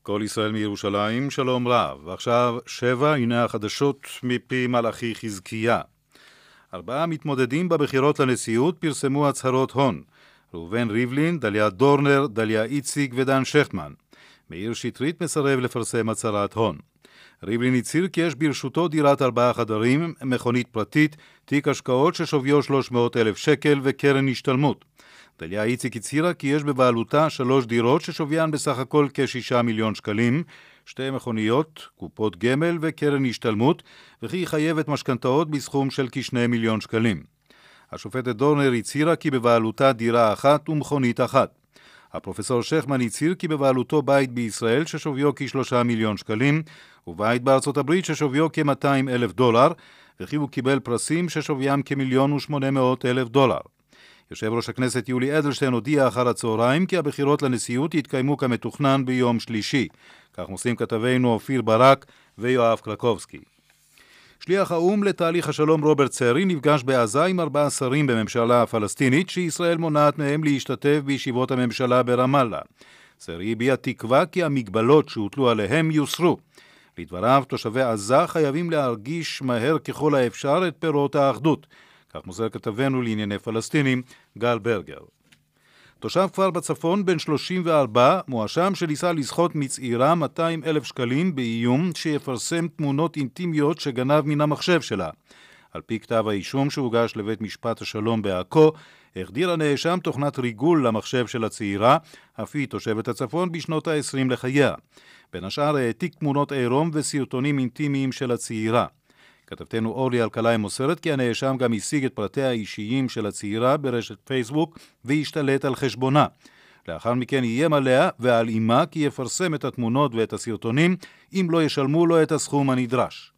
כל ישראל מירושלים, שלום רב. ועכשיו 7, הנה החדשות מפי מלאכי חזקיה. 4 מתמודדים בבחירות לנשיאות פרסמו הצהרות הון. ראובן ריבלין, דליה דורנר, דליה איציק ודן שכטמן. מאיר שטרית מסרב לפרסם הצהרת הון. ריבלין הצהיר כי יש ברשותו דירת 4 חדרים, מכונית פרטית, תיק השקעות ששוויו 300,000 שקל וקרן השתלמות. דליה איציק הצהירה כי יש בבעלותה 3 דירות ששוויין בסך הכל כ6 מיליון שקלים, 2 מכוניות, קופות גמל וקרן השתלמות, וכי היא חייבת משכנתאות בסכום של כ2 מיליון שקלים. השופטת דורנר הצהירה כי בבעלותה דירה אחת ומכונית אחת. הפרופסור שכטמן הצהיר כי בבעלותו בית בישראל ששוויו כ3 מיליון שקלים, ובית בארצות הברית ששוויו כ200,000 דולר, וכי הוא קיבל פרסים ששוויים כ1,800,000 דולר. יושב ראש הכנסת יולי אדלשטיין הודיע אחר הצהריים כי הבחירות לנשיאות יתקיימו כמתוכנן ביום שלישי. כך מוסרים כתבינו אופיר ברק ויואב קלקובסקי. שליח האום לתהליך השלום רוברט סרי נפגש בעזה עם 4 שרים בממשלה הפלסטינית שישראל מונעת מהם להשתתף בישיבות הממשלה ברמאללה. סרי הביע תקווה כי המגבלות שהוטלו עליהם יוסרו. לדבריו, תושבי עזה חייבים להרגיש מהר ככל האפשר את פירות האחדות. כך מוסר כתבנו לענייני פלסטינים גל ברגר. תושב כפר בצפון בן 34 מואשם שניסה לסחוט מצעירה 200,000 שקלים באיום שיפרסם תמונות אינטימיות שגנב מן המחשב שלה. על פי כתב האישום שהוגש לבית משפט השלום בעכו, החדיר הנאשם תוכנת ריגול למחשב של הצעירה, אף היא תושבת הצפון בשנות ה-20 לחייה. בין השאר העתיק תמונות עירום וסרטונים אינטימיים של הצעירה. כתבתנו אורלי אלקלעי מוסרת כי הנאשם גם השיג את פרטיה האישיים של הצעירה ברשת פייסבוק והשתלט על חשבונה. לאחר מכן איים עליה ועל אימה כי יפרסם את התמונות ואת הסרטונים אם לא ישלמו לו את הסכום הנדרש.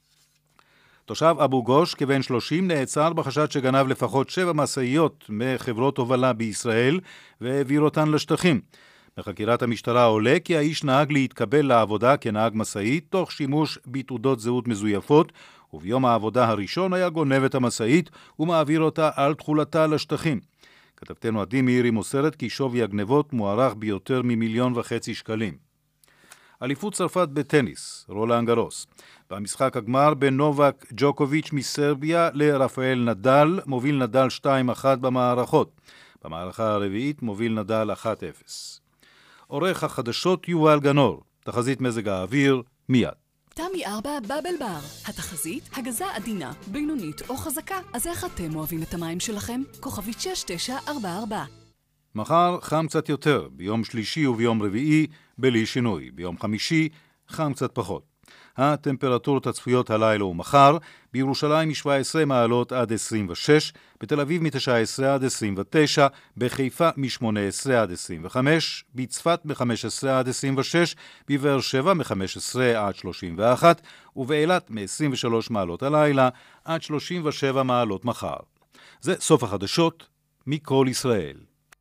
תושב אבו גוש כבן 30 נעצר בחשד שגנב לפחות 7 משאיות מחברות הובלה בישראל והעביר אותן לשטחים. בחקירת המשטרה עולה כי האיש נהג להתקבל לעבודה כנהג משאית תוך שימוש בתעודות זהות מזויפות, וביום העבודה הראשון היה גונב את המשאית ומעביר אותה על תחולתה לשטחים. כתבתנו עדי מאירי מוסרת כי שווי הגנבות מוערך ביותר מ1.5 שקלים. אליפות צרפת בטניס, רולאן גארוס. במשחק הגמר בין נובק ג'וקוביץ' מסרביה לרפאל נדל, מוביל נדל 2-1 במערכות. במערכה הרביעית מוביל נדל 1-0. עורך החדשות יובל גנור, תחזית מזג האוויר מיד. תמי 4 בבל בר, התחזית, הגזה עדינה, בינונית או חזקה. אז איך אתם אוהבים את המים שלכם? כוכבית 6944. מחר חם קצת יותר, ביום שלישי וביום רביעי בלי שינוי, ביום חמישי חם קצת פחות. הטמפרטורות הצפויות הלילה ומחר, בירושלים מ-17 מעלות עד 26, בתל אביב מ-19 עד 29, בחיפה מ-18 עד 25, בצפת מ-15 עד 26, בבאר שבע מ-15 עד 31, ובאילת מ-23 מעלות הלילה עד 37 מעלות מחר. זה סוף החדשות מכל ישראל.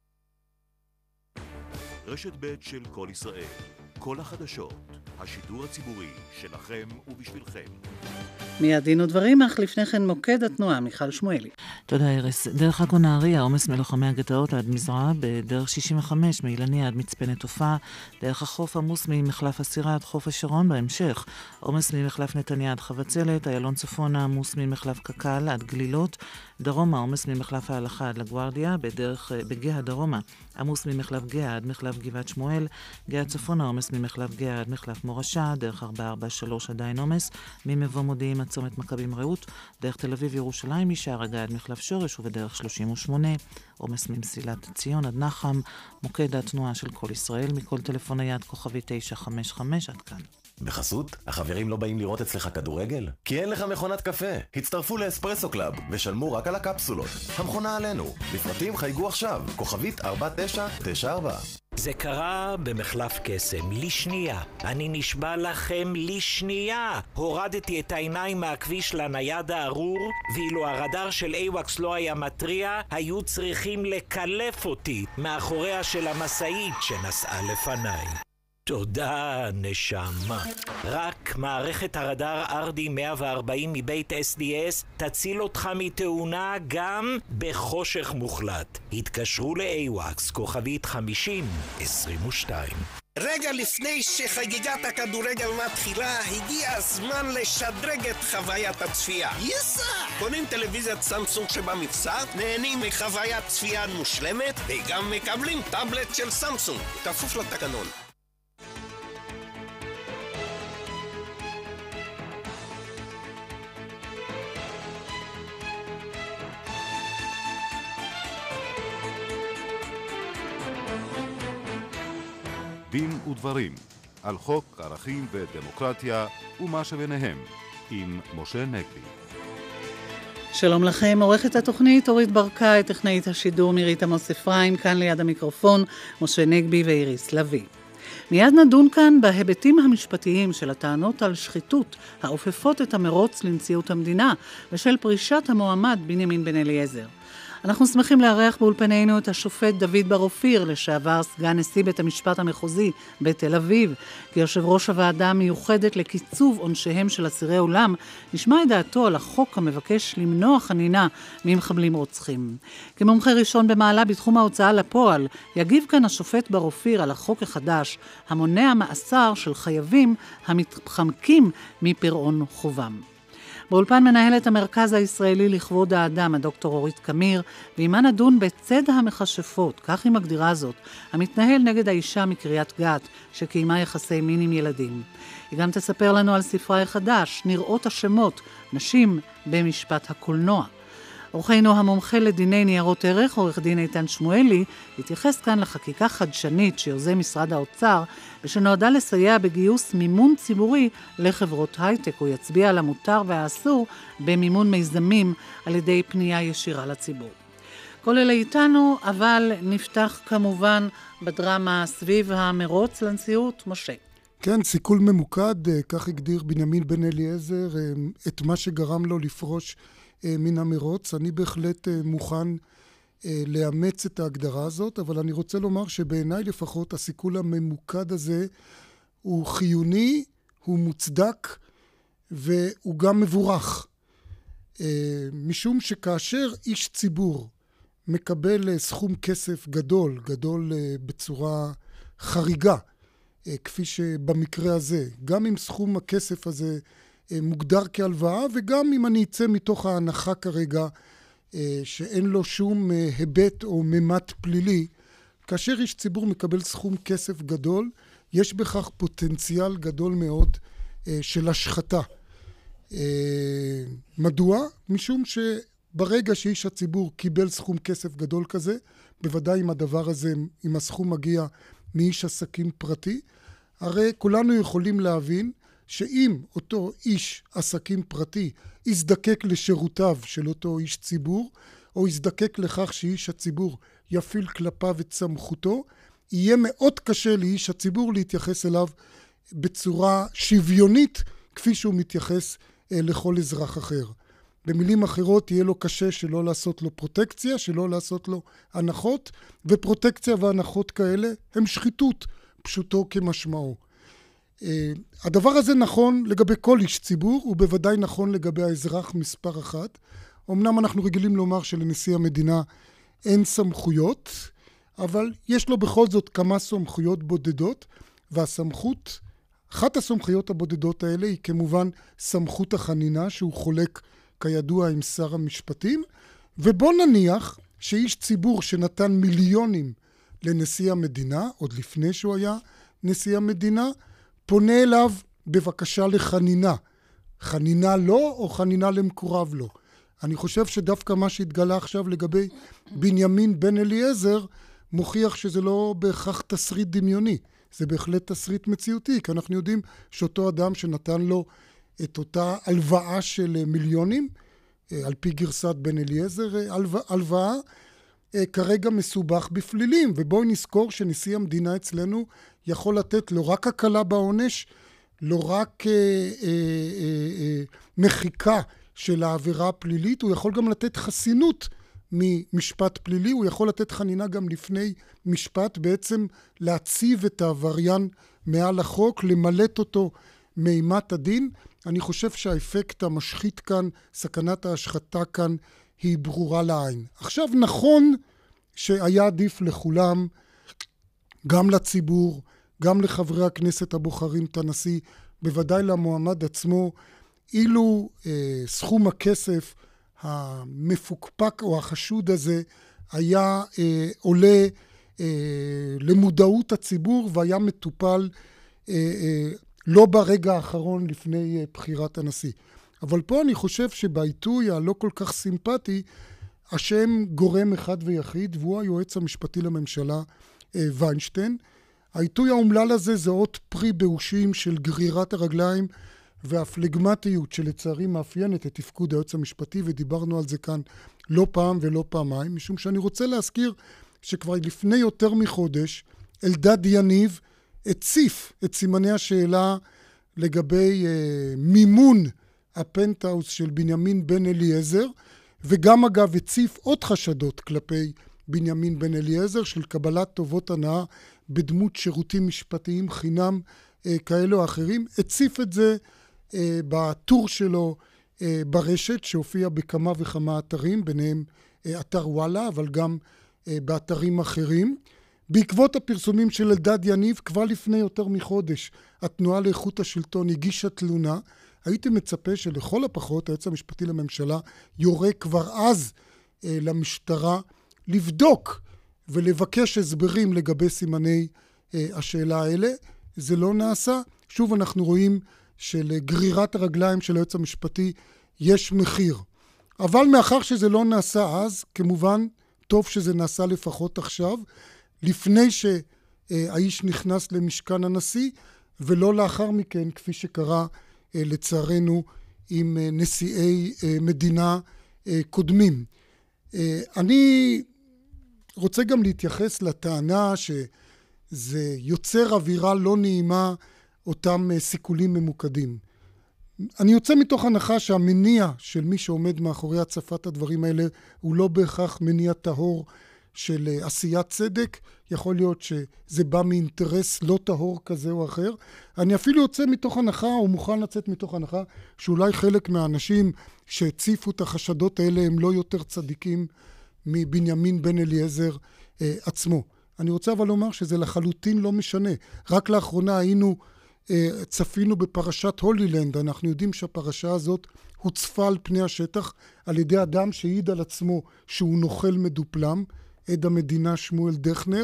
רשת ב' של כל ישראל. כל החדשות, השידור הציבורי שלכם ובשבילכם. מיד דין ודברים, אך לפני כן מוקד התנועה, מיכל שמואלי. תודה אירס. דרך עכו נהריה, עומס מלוחמי הגטאות עד מזרעה, בדרך 65 מאילני עד מצפה נטופה, דרך החוף עמוס ממחלף הסירה עד חוף השרון, בהמשך עומס ממחלף נתניה עד חבצלת, איילון צפונה עמוס ממחלף קקל עד גלילות, דרומה עומס ממחלף ההלכה עד לגוארדיה, בדרך בגאה דרומה עמוס ממחלף גאה עד מחלף גבעת שמואל, גאה צפונה עומס ממחלף גאה עד מחלף מורשה, דרך 443 עדיין עומס, ממבוא מודיעים עד צומת מכבים רעות, דרך תל אביב ירושלים משער הגיא עד מחלף שורש, ובדרך 38 עומס ממסילת ציון עד נחם. מוקד התנועה של כל ישראל, מכל טלפון נייד כוכבי 955 עד כאן. בחסות, החברים לא באים לראות אצלך כדורגל? כי אין לך מכונת קפה. הצטרפו לאספרסו קלאב ושלמו רק על הקפסולות. המכונה עלינו. לפרטים חייגו עכשיו, כוכבית 4994. זה קרה במחלף קסם, לשנייה. אני נשבע לכם לשנייה. הורדתי את העיניים מהכביש לנייד הארור, ואילו הרדאר של איוואקס לא היה מטריע, היו צריכים לקלף אותי מאחוריה של המשאית שנסעה לפניי. תודה, נשמה. רק מערכת הרדאר RD 140 מבית SDS תציל אותך מתאונה גם בחושך מוחלט. התקשרו לאיוואקס, כוכבית 5022. רגע לפני שחגיגת הכדורגל מתחילה, הגיע הזמן לשדרג את חוויית הצפייה. יסה! קונים טלוויזיית סמסונג שבמבצע, נהנים מחוויית צפייה מושלמת, וגם מקבלים טאבלט של סמסונג, כפוף לתקנון. דין ודברים על חוק, ערכים ודמוקרטיה ומה שביניהם עם משה נגבי. שלום לכם, עורכת התוכנית אורית ברקאי, טכנאית השידור מירית עמוס אפרים, כאן ליד המיקרופון משה נגבי ואיריס לוי. מיד נדון כאן בהיבטים המשפטיים של הטענות על שחיתות האופפות את המרוץ לנשיאות המדינה ושל פרישת המועמד בנימין בן אליעזר. אנחנו שמחים לארח באולפנינו את השופט דוד בר אופיר, לשעבר סגן נשיא בית המשפט המחוזי בתל אביב. כיושב ראש הוועדה המיוחדת לקיצוב עונשיהם של אסירי עולם, נשמע את דעתו על החוק המבקש למנוע חנינה ממחבלים רוצחים. כמומחה ראשון במעלה בתחום ההוצאה לפועל, יגיב כאן השופט בר אופיר על החוק החדש, המונע מאסר של חייבים המתחמקים מפירעון חובם. באולפן מנהלת המרכז הישראלי לכבוד האדם, הדוקטור אורית קמיר, ועימה נדון בצד המכשפות, כך היא מגדירה זאת, המתנהל נגד האישה מקריית גת, שקיימה יחסי מין עם ילדים. היא גם תספר לנו על ספרה החדש, נראות השמות, נשים במשפט הקולנוע. אורחנו המומחה לדיני ניירות ערך, עורך דין איתן שמואלי, התייחס כאן לחקיקה חדשנית שיוזם משרד האוצר, ושנועדה לסייע בגיוס מימון ציבורי לחברות הייטק. הוא יצביע על המותר והאסור במימון מיזמים על ידי פנייה ישירה לציבור. כל אלה איתנו, אבל נפתח כמובן בדרמה סביב המרוץ לנשיאות. משה. כן, סיכול ממוקד, כך הגדיר בנימין בן אליעזר את מה שגרם לו לפרוש מן המרוץ. אני בהחלט מוכן לאמץ את ההגדרה הזאת, אבל אני רוצה לומר שבעיניי לפחות הסיכול הממוקד הזה הוא חיוני, הוא מוצדק והוא גם מבורך. משום שכאשר איש ציבור מקבל סכום כסף גדול בצורה חריגה, כפי שבמקרה הזה, גם אם סכום הכסף הזה מוגדר כהלוואה, וגם אם אני אצא מתוך ההנחה כרגע שאין לו שום היבט או ממד פלילי, כאשר איש ציבור מקבל סכום כסף גדול, יש בכך פוטנציאל גדול מאוד של השחתה. מדוע? משום שברגע שאיש הציבור קיבל סכום כסף גדול כזה, בוודאי אם הדבר הזה, אם הסכום מגיע מאיש עסקים פרטי, הרי כולנו יכולים להבין שאם אותו איש עסקים פרטי יזדקק לשירותיו של אותו איש ציבור, או יזדקק לכך שאיש הציבור יפעיל כלפיו את סמכותו, יהיה מאוד קשה לאיש הציבור להתייחס אליו בצורה שוויונית, כפי שהוא מתייחס לכל אזרח אחר. במילים אחרות, יהיה לו קשה שלא לעשות לו פרוטקציה, שלא לעשות לו הנחות, ופרוטקציה והנחות כאלה הם שחיתות, פשוטו כמשמעו. הדבר הזה נכון לגבי כל איש ציבור, הוא בוודאי נכון לגבי האזרח מספר אחת. אמנם אנחנו רגילים לומר שלנשיא המדינה אין סמכויות, אבל יש לו בכל זאת כמה סמכויות בודדות, והסמכות, אחת הסמכויות הבודדות האלה היא כמובן סמכות החנינה, שהוא חולק כידוע עם שר המשפטים, ובוא נניח שאיש ציבור שנתן מיליונים לנשיא המדינה, עוד לפני שהוא היה נשיא המדינה, פונה אליו בבקשה לחנינה. חנינה לו או חנינה למקורב לו. אני חושב שדווקא מה שהתגלה עכשיו לגבי בנימין בן אליעזר, מוכיח שזה לא בהכרח תסריט דמיוני. זה בהחלט תסריט מציאותי, כי אנחנו יודעים שאותו אדם שנתן לו את אותה הלוואה של מיליונים, על פי גרסת בן אליעזר, הלוואה, כרגע מסובך בפלילים. ובואי נזכור שנשיא המדינה אצלנו יכול לתת לא רק הקלה בעונש, לא רק מחיקה של העבירה הפלילית, הוא יכול גם לתת חסינות ממשפט פלילי, הוא יכול לתת חנינה גם לפני משפט, בעצם להציב את העבריין מעל החוק, למלט אותו מאימת הדין. אני חושב שהאפקט המשחית כאן, סכנת ההשחתה כאן, היא ברורה לעין. עכשיו נכון שהיה עדיף לכולם, גם לציבור, גם לחברי הכנסת הבוחרים את הנשיא, בוודאי למועמד עצמו, אילו סכום הכסף המפוקפק או החשוד הזה היה עולה למודעות הציבור והיה מטופל לא ברגע האחרון לפני בחירת הנשיא. אבל פה אני חושב שבעיתוי הלא כל כך סימפטי, השם גורם אחד ויחיד, והוא היועץ המשפטי לממשלה ויינשטיין. העיתוי האומלל הזה זה עוד פרי באושים של גרירת הרגליים והפלגמטיות שלצערי מאפיינת את תפקוד היועץ המשפטי, ודיברנו על זה כאן לא פעם ולא פעמיים, משום שאני רוצה להזכיר שכבר לפני יותר מחודש אלדד יניב הציף את סימני השאלה לגבי מימון הפנטהאוס של בנימין בן אליעזר, וגם אגב הציף עוד חשדות כלפי בנימין בן אליעזר של קבלת טובות הנאה בדמות שירותים משפטיים חינם כאלו או אחרים. הציף את זה בטור שלו ברשת שהופיע בכמה וכמה אתרים, ביניהם אתר וואלה, אבל גם באתרים אחרים. בעקבות הפרסומים של אלדד יניב, כבר לפני יותר מחודש, התנועה לאיכות השלטון הגישה תלונה. הייתי מצפה שלכל הפחות היועץ המשפטי לממשלה יורה כבר אז למשטרה לבדוק ולבקש הסברים לגבי סימני השאלה האלה. זה לא נעשה. שוב אנחנו רואים שלגרירת הרגליים של היועץ המשפטי יש מחיר. אבל מאחר שזה לא נעשה אז, כמובן טוב שזה נעשה לפחות עכשיו, לפני שהאיש נכנס למשכן הנשיא, ולא לאחר מכן, כפי שקרה לצערנו עם נשיאי מדינה קודמים. אני רוצה גם להתייחס לטענה שזה יוצר אווירה לא נעימה, אותם סיכולים ממוקדים. אני יוצא מתוך הנחה שהמניע של מי שעומד מאחורי הצפת הדברים האלה הוא לא בהכרח מניע טהור של עשיית צדק. יכול להיות שזה בא מאינטרס לא טהור כזה או אחר. אני אפילו יוצא מתוך הנחה, או מוכן לצאת מתוך הנחה, שאולי חלק מהאנשים שהציפו את החשדות האלה הם לא יותר צדיקים מבנימין בן אליעזר עצמו. אני רוצה אבל לומר שזה לחלוטין לא משנה. רק לאחרונה צפינו בפרשת הולילנד. אנחנו יודעים שהפרשה הזאת הוצפה על פני השטח על ידי אדם שהעיד על עצמו שהוא נוכל מדופלם, עד המדינה שמואל דכנר,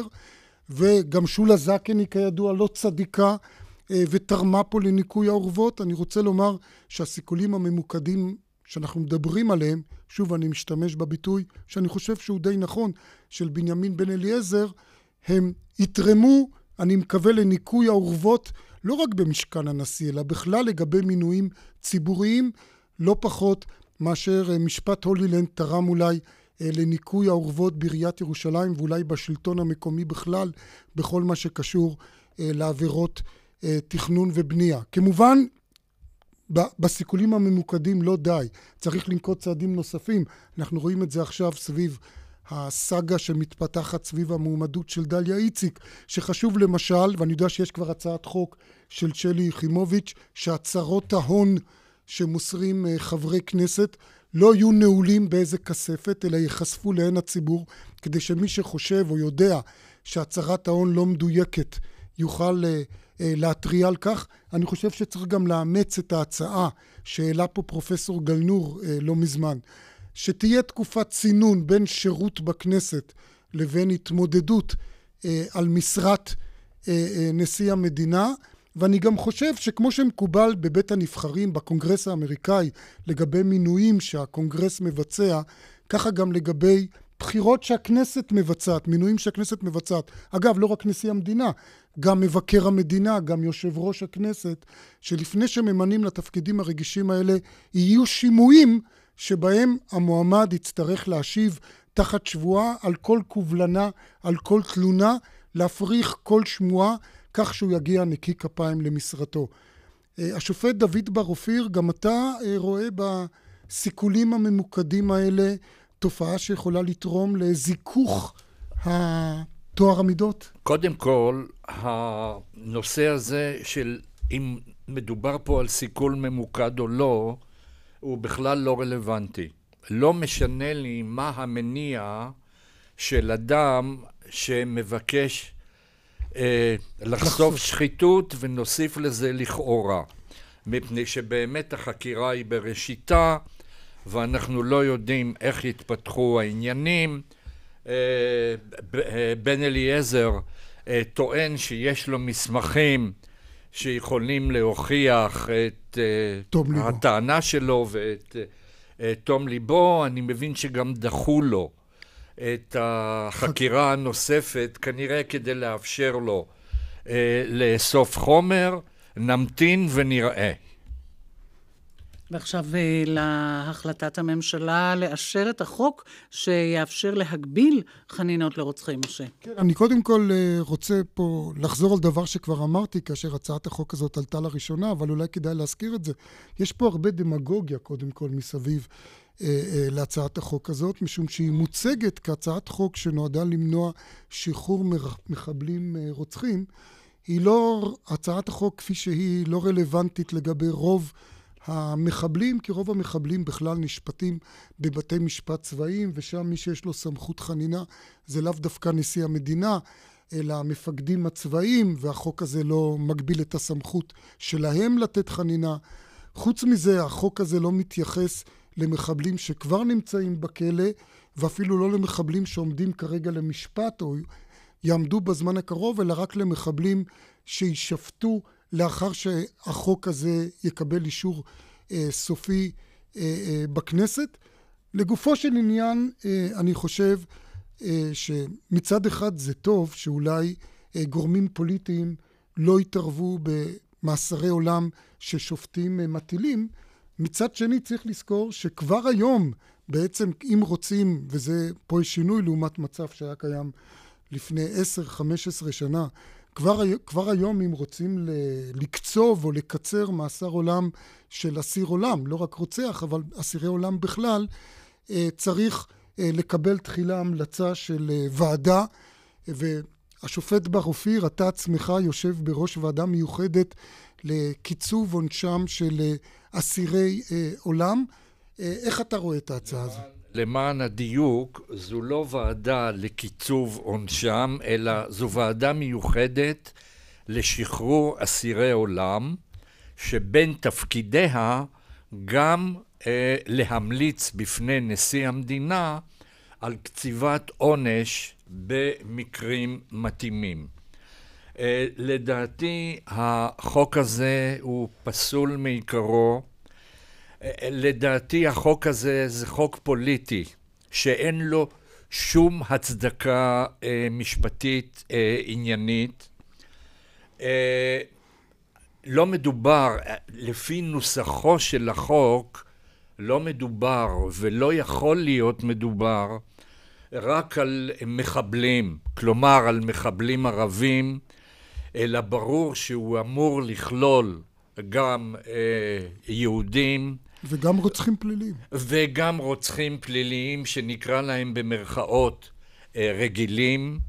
וגם שולה זקני כידוע לא צדיקה ותרמה פה לניקוי האורוות. אני רוצה לומר שהסיכולים הממוקדים שאנחנו מדברים עליהם, שוב אני משתמש בביטוי שאני חושב שהוא די נכון, של בנימין בן אליעזר, הם יתרמו, אני מקווה, לניקוי האורוות לא רק במשכן הנשיא, אלא בכלל לגבי מינויים ציבוריים, לא פחות מאשר משפט הולילנד תרם אולי לניקוי האורוות בעיריית ירושלים, ואולי בשלטון המקומי בכלל, בכל מה שקשור לעבירות תכנון ובנייה. כמובן, בסיכולים הממוקדים לא די, צריך לנקוט צעדים נוספים. אנחנו רואים את זה עכשיו סביב הסאגה שמתפתחת סביב המועמדות של דליה איציק, שחשוב למשל, ואני יודע שיש כבר הצעת חוק של שלי יחימוביץ', שהצהרות ההון שמוסרים חברי כנסת לא יהיו נעולים באיזה כספת, אלא ייחשפו לעין הציבור, כדי שמי שחושב או יודע שהצהרת ההון לא מדויקת יוכל להטריע על כך. אני חושב שצריך גם לאמץ את ההצעה שהעלה פה פרופסור גלנור לא מזמן, שתהיה תקופת צינון בין שירות בכנסת לבין התמודדות על משרת נשיא המדינה. ואני גם חושב שכמו שמקובל בבית הנבחרים בקונגרס האמריקאי לגבי מינויים שהקונגרס מבצע, ככה גם לגבי בחירות שהכנסת מבצעת, מינויים שהכנסת מבצעת. אגב, לא רק נשיא המדינה, גם מבקר המדינה, גם יושב ראש הכנסת, שלפני שממנים לתפקידים הרגישים האלה, יהיו שימועים שבהם המועמד יצטרך להשיב תחת שבועה על כל קובלנה, על כל תלונה, להפריך כל שמועה, כך שהוא יגיע נקי כפיים למשרתו. השופט דוד בר אופיר, גם אתה רואה בסיכולים הממוקדים האלה תופעה שיכולה לתרום לזיכוך תואר המידות? קודם כל, הנושא הזה של אם מדובר פה על סיכול ממוקד או לא, הוא בכלל לא רלוונטי. לא משנה לי מה המניע של אדם שמבקש לחשוף שחיתות ונוסיף לזה לכאורה, מפני שבאמת החקירה היא בראשיתה ואנחנו לא יודעים איך יתפתחו העניינים. בן אליעזר טוען שיש לו מסמכים שיכולים להוכיח את הטענה שלו ואת תום ליבו. אני מבין שגם דחו לו את החקירה הנוספת, כנראה כדי לאפשר לו לאסוף חומר. נמתין ונראה. ועכשיו להחלטת הממשלה לאשר את החוק שיאפשר להגביל חנינות לרוצחים, משה. כן, אני קודם כל רוצה פה לחזור על דבר שכבר אמרתי כאשר הצעת החוק הזאת עלתה לראשונה, אבל אולי כדאי להזכיר את זה. יש פה הרבה דמגוגיה קודם כל מסביב להצעת החוק הזאת, משום שהיא מוצגת כהצעת חוק שנועדה למנוע שחרור מחבלים רוצחים. היא לא, הצעת החוק כפי שהיא לא רלוונטית לגבי רוב המחבלים, כי רוב המחבלים בכלל נשפטים בבתי משפט צבאיים, ושם מי שיש לו סמכות חנינה זה לאו דווקא נשיא המדינה, אלא המפקדים הצבאיים, והחוק הזה לא מגביל את הסמכות שלהם לתת חנינה. חוץ מזה, החוק הזה לא מתייחס למחבלים שכבר נמצאים בכלא, ואפילו לא למחבלים שעומדים כרגע למשפט או יעמדו בזמן הקרוב, אלא רק למחבלים שישפטו לאחר שהחוק הזה יקבל אישור סופי בכנסת. לגופו של עניין, אני חושב שמצד אחד זה טוב שאולי גורמים פוליטיים לא יתערבו במאסרי עולם ששופטים מטילים. מצד שני צריך לזכור שכבר היום בעצם אם רוצים, וזה פה יש שינוי לעומת מצב שהיה קיים לפני 10-15 שנה, כבר היום אם רוצים לקצוב או לקצר מאסר עולם של אסיר עולם, לא רק רוצח, אבל אסירי עולם בכלל, צריך לקבל תחילה המלצה של ועדה, והשופט בר אופיר, אתה עצמך יושב בראש ועדה מיוחדת לקיצוב עונשם של אסירי עולם. איך אתה רואה את ההצעה הזו? למען הדיוק, זו לא ועדה לקיצוב עונשם, אלא זו ועדה מיוחדת לשחרור אסירי עולם, שבין תפקידיה גם להמליץ בפני נשיא המדינה על קציבת עונש במקרים מתאימים. לדעתי החוק הזה הוא פסול מעיקרו. לדעתי החוק הזה זה חוק פוליטי שאין לו שום הצדקה משפטית עניינית. לא מדובר, לפי נוסחו של החוק, לא מדובר ולא יכול להיות מדובר רק על מחבלים, כלומר על מחבלים ערבים, אלא ברור שהוא אמור לכלול גם יהודים. וגם רוצחים פליליים. וגם רוצחים פליליים שנקרא להם במרכאות רגילים.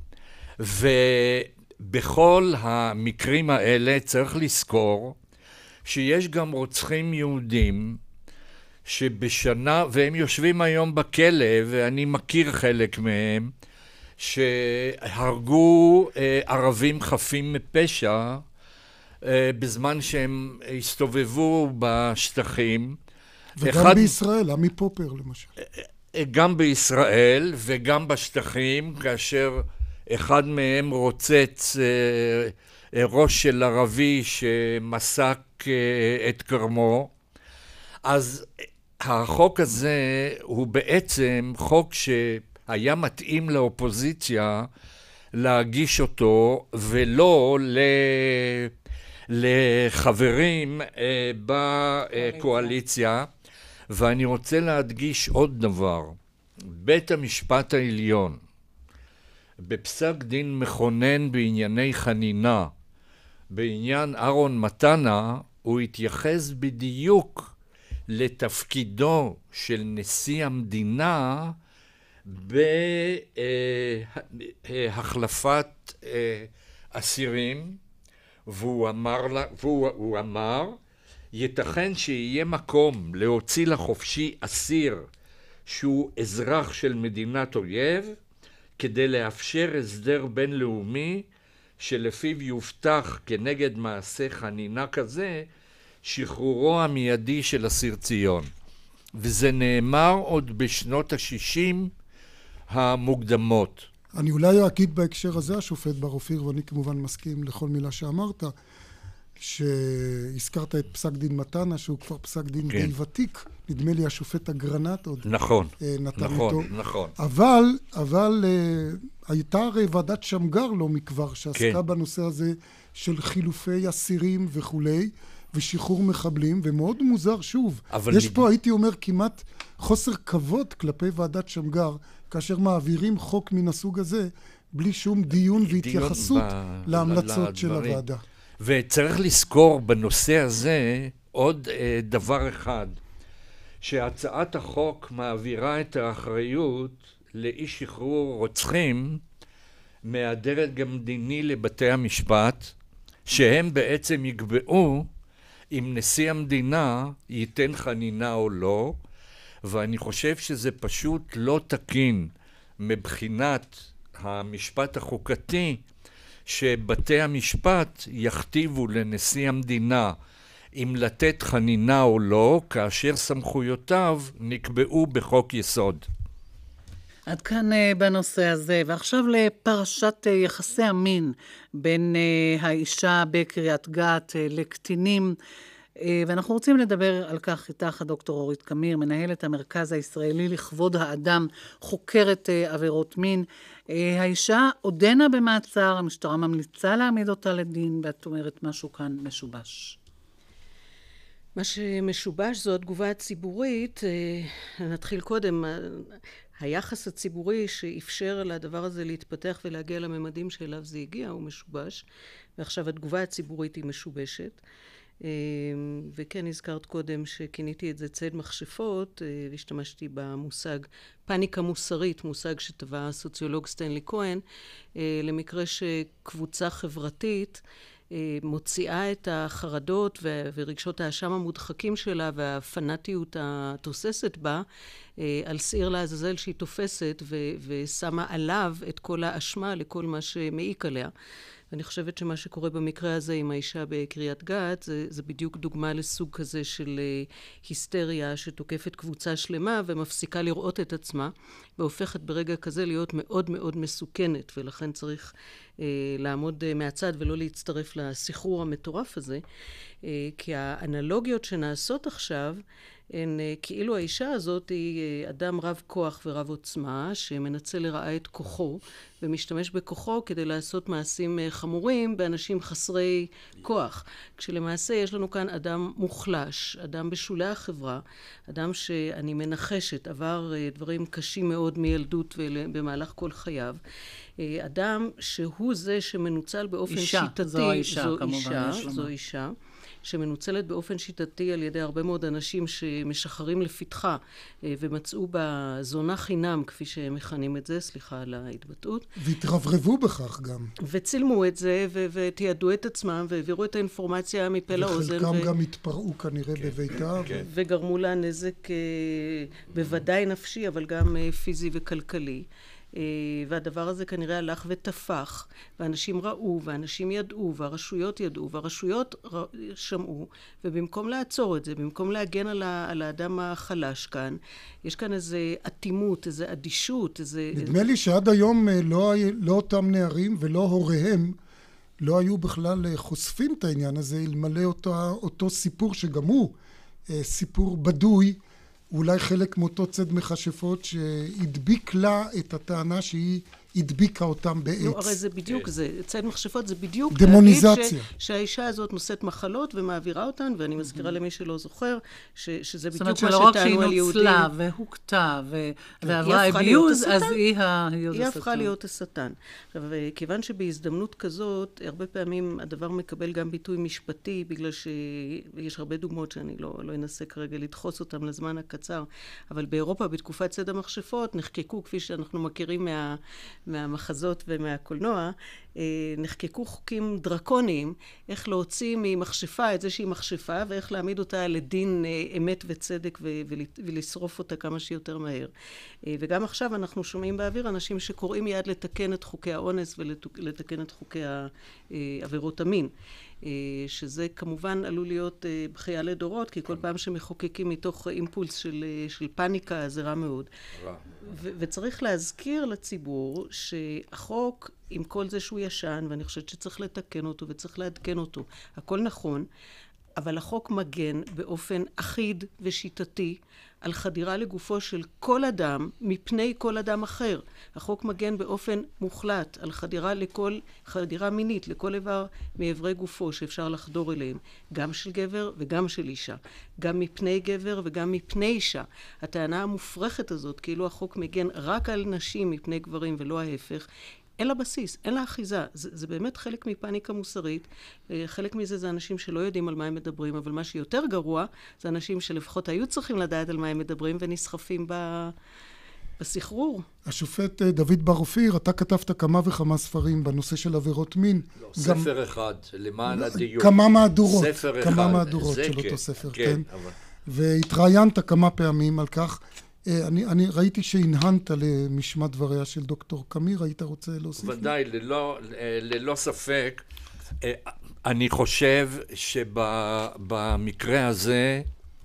ובכל המקרים האלה צריך לזכור שיש גם רוצחים יהודים שבשנה, והם יושבים היום בכלא, ואני מכיר חלק מהם, שהרגו ערבים חפים מפשע בזמן שהם הסתובבו בשטחים. וגם בישראל, עמי פופר למשל. גם בישראל וגם בשטחים, כאשר אחד מהם רוצץ ראש של ערבי שמסק את קרמו. אז החוק הזה הוא בעצם חוק שהיה מתאים לאופוזיציה להגיש אותו, ולא לחברים בקואליציה. ואני רוצה להדגיש עוד דבר. בית המשפט העליון, בפסק דין מכונן בענייני חנינה, בעניין אהרון מתנה, הוא התייחס בדיוק לתפקידו של נשיא המדינה בהחלפת אסירים, והוא אמר, ייתכן שיהיה מקום להוציא לחופשי אסיר שהוא אזרח של מדינת אויב, כדי לאפשר הסדר בינלאומי שלפיו יובטח כנגד מעשה חנינה כזה שחרורו המיידי של אסיר ציון. וזה נאמר עוד בשנות ה-60 המוקדמות. אני אולי אגיד בהקשר הזה, השופט בר אופיר, ואני כמובן מסכים לכל מילה שאמרת, שהזכרת את פסק דין מתנה, שהוא כבר פסק דין די ותיק, נדמה לי השופט אגרנט עוד נתן אותו. נכון. אבל הייתה הרי ועדת שמגר לא מכבר, שעסקה בנושא הזה של חילופי אסירים וכולי, ושחרור מחבלים, ומאוד מוזר שוב. יש פה, הייתי אומר, כמעט חוסר כבוד כלפי ועדת שמגר, כאשר מעבירים חוק מן הסוג הזה, בלי שום דיון והתייחסות להמלצות של הוועדה. וצריך לזכור בנושא הזה עוד דבר אחד, שהצעת החוק מעבירה את האחריות לאי שחרור רוצחים מהדרג המדיני לבתי המשפט, שהם בעצם יקבעו אם נשיא המדינה ייתן חנינה או לא, ואני חושב שזה פשוט לא תקין מבחינת המשפט החוקתי, שבתי המשפט יכתיבו לנשיא המדינה אם לתת חנינה או לא, כאשר סמכויותיו נקבעו בחוק יסוד. עד כאן בנושא הזה, ועכשיו לפרשת יחסי המין בין האישה בקריית גת לקטינים, ואנחנו רוצים לדבר על כך איתך, הדוקטור אורית קמיר, מנהלת המרכז הישראלי לכבוד האדם, חוקרת עבירות מין. האישה עודנה במעצר, המשטרה ממליצה להעמיד אותה לדין, ואת אומרת משהו כאן משובש. מה שמשובש זו התגובה הציבורית. נתחיל קודם, היחס הציבורי שאפשר לדבר הזה להתפתח ולהגיע לממדים שאליו זה הגיע הוא משובש, ועכשיו התגובה הציבורית היא משובשת. וכן הזכרת קודם שכיניתי את זה ציד מכשפות, והשתמשתי במושג פאניקה מוסרית, מושג שטבע הסוציולוג סטנלי כהן, למקרה שקבוצה חברתית מוציאה את החרדות ורגשות האשם המודחקים שלה והפנאטיות התוססת בה על שעיר לעזאזל שהיא תופסת ושמה עליו את כל האשמה לכל מה שמעיק עליה. ואני חושבת שמה שקורה במקרה הזה עם האישה בקריית גת זה בדיוק דוגמה לסוג כזה של היסטריה שתוקפת קבוצה שלמה ומפסיקה לראות את עצמה והופכת ברגע כזה להיות מאוד מאוד מסוכנת, ולכן צריך לעמוד מהצד ולא להצטרף לסחרור המטורף הזה, כי האנלוגיות שנעשות עכשיו הן כאילו האישה הזאת היא אדם רב כוח ורב עוצמה שמנצל לרעה את כוחו ומשתמש בכוחו כדי לעשות מעשים חמורים באנשים חסרי כוח, כשלמעשה יש לנו כאן אדם מוחלש, אדם בשולי החברה, אדם שאני מנחשת עבר דברים קשים מאוד מילדות ובמהלך כל חייו, אדם שהוא זה שמנוצל באופן שיטתי, זו אישה שמנוצלת באופן שיטתי על ידי הרבה מאוד אנשים שמשחררים לפתחה ומצאו בזונה חינם, כפי שהם מכנים את זה, סליחה על ההתבטאות. והתרברבו בכך גם. וצילמו את זה ותיעדו את עצמם והעבירו את האינפורמציה מפה לאוזן. וחלקם גם התפרעו כנראה בביתה. וגרמו לה נזק בוודאי נפשי, אבל גם פיזי וכלכלי. והדבר הזה כנראה הלך ותפח, ואנשים ראו, ואנשים ידעו, והרשויות ידעו, והרשויות שמעו, ובמקום לעצור את זה, במקום להגן על האדם החלש כאן, יש כאן איזה אטימות, איזה אדישות, איזה... נדמה לי שעד היום לא אותם נערים ולא הוריהם לא היו בכלל חושפים את העניין הזה, אלמלא אותו סיפור שגם הוא סיפור בדוי, אולי חלק מאותו צד מכשפות שהדביק לה את הטענה שהיא הדביקה אותם בעץ. נו, הרי זה בדיוק זה. צד מכשפות זה בדיוק דמוניזציה. שהאישה הזאת נושאת מחלות ומעבירה אותן, ואני מזכירה למי שלא זוכר, שזה בדיוק מה שטענו על יהודים. זאת אומרת שלא רק שהיא נוצלה והוקטה ועברה אביוז, אז היא הפכה להיות השטן. עכשיו, כיוון שבהזדמנות כזאת, הרבה פעמים הדבר מקבל גם ביטוי משפטי, בגלל שיש הרבה דוגמאות שאני לא אנסה כרגע לדחוס אותם לזמן הקצר, אבל באירופה בתקופת צד המכשפות נחקקו, כפי שאנחנו מכירים מהמחזות ומהקולנוע, נחקקו חוקים דרקוניים, איך להוציא ממכשפה את זה שהיא מכשפה, ואיך להעמיד אותה לדין אמת וצדק ולשרוף אותה כמה שיותר מהר. וגם עכשיו אנחנו שומעים באוויר אנשים שקוראים מיד לתקן את חוקי האונס ולתקן את חוקי עבירות המין. שזה כמובן עלול להיות בכייה לדורות, כי כל פעם שמחוקקים מתוך אימפולס של פאניקה, זה רע מאוד. וצריך להזכיר לציבור שהחוק, עם כל זה שהוא ישן, ואני חושבת שצריך לתקן אותו וצריך לעדכן אותו, הכל נכון, אבל החוק מגן באופן אחיד ושיטתי על חדירה לגופו של כל אדם מפני כל אדם אחר. החוק מגן באופן מוחלט על חדירה מינית לכל איבר מאיברי גופו שאפשר לחדור אליהם, גם של גבר וגם של אישה, גם מפני גבר וגם מפני אישה. הטענה המופרכת הזאת, כאילו החוק מגן רק על נשים מפני גברים ולא ההפך, אין לה בסיס, אין לה אחיזה. זה באמת חלק מפאניקה מוסרית. חלק מזה זה אנשים שלא יודעים על מה הם מדברים, אבל מה שיותר גרוע זה אנשים שלפחות היו צריכים לדעת על מה הם מדברים ונסחפים בסחרור. השופט דוד בר אופיר, אתה כתבת כמה וכמה ספרים בנושא של עבירות מין. לא, ספר אחד, למען הדיוק. כמה מהדורות. ספר אחד. כמה מהדורות של אותו ספר, כן. אבל... והתראיינת כמה פעמים על כך. אני ראיתי שהנהנת למשמע דבריה של דוקטור קמיר, היית רוצה להוסיף? ודאי, ללא ספק. אני חושב שבמקרה הזה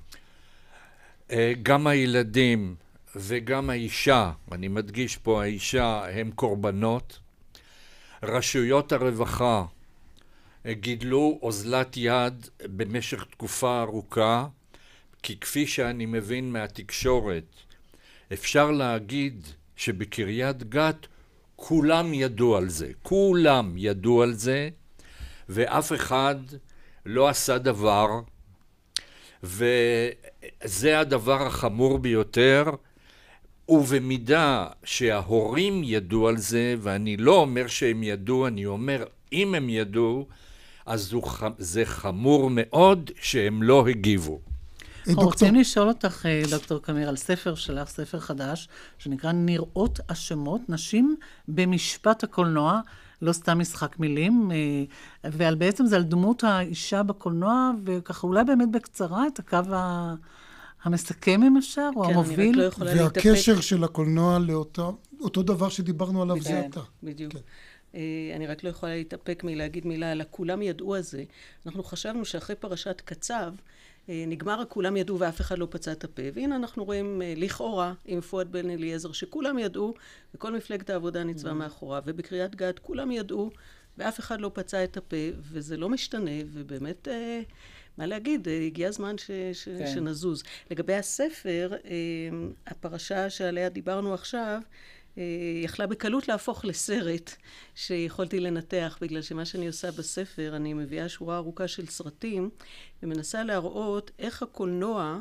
גם הילדים וגם האישה, אני מדגיש פה האישה, הם קורבנות. רשויות הרווחה גידלו אוזלת יד במשך תקופה ארוכה, כי כפי שאני מבין מהתקשורת, אפשר להגיד שבקריית גת כולם ידעו על זה. כולם ידעו על זה, ואף אחד לא עשה דבר, וזה הדבר החמור ביותר, ובמידה שההורים ידעו על זה, ואני לא אומר שהם ידעו, אני אומר אם הם ידעו, אז זה חמור מאוד שהם לא הגיבו. רוצים לשאול אותך, דוקטור קמיר, על ספר שלך, ספר חדש, שנקרא נראות אשמות, נשים במשפט הקולנוע, לא סתם משחק מילים, ועל בעצם זה על דמות האישה בקולנוע, וככה אולי באמת בקצרה את הקו המסכם אם אפשר, או המוביל. והקשר של הקולנוע לאותו דבר שדיברנו עליו זה אתה. בדיוק. אני רק לא יכולה להתאפק מלהגיד מילה על הכולם ידעו על זה. אנחנו חשבנו שאחרי פרשת קצב, נגמר הכולם ידעו ואף אחד לא פצע את הפה, והנה אנחנו רואים לכאורה עם פואד בן אליעזר שכולם ידעו וכל מפלגת העבודה ניצבה מאחורה, ובקריית גת כולם ידעו ואף אחד לא פצע את הפה, וזה לא משתנה, ובאמת מה להגיד, הגיע הזמן שנזוז. לגבי הספר, הפרשה שעליה דיברנו עכשיו יכלה בקלות להפוך לסרט שיכולתי לנתח, בגלל שמה שאני עושה בספר, אני מביאה שורה ארוכה של סרטים ומנסה להראות איך הקולנוע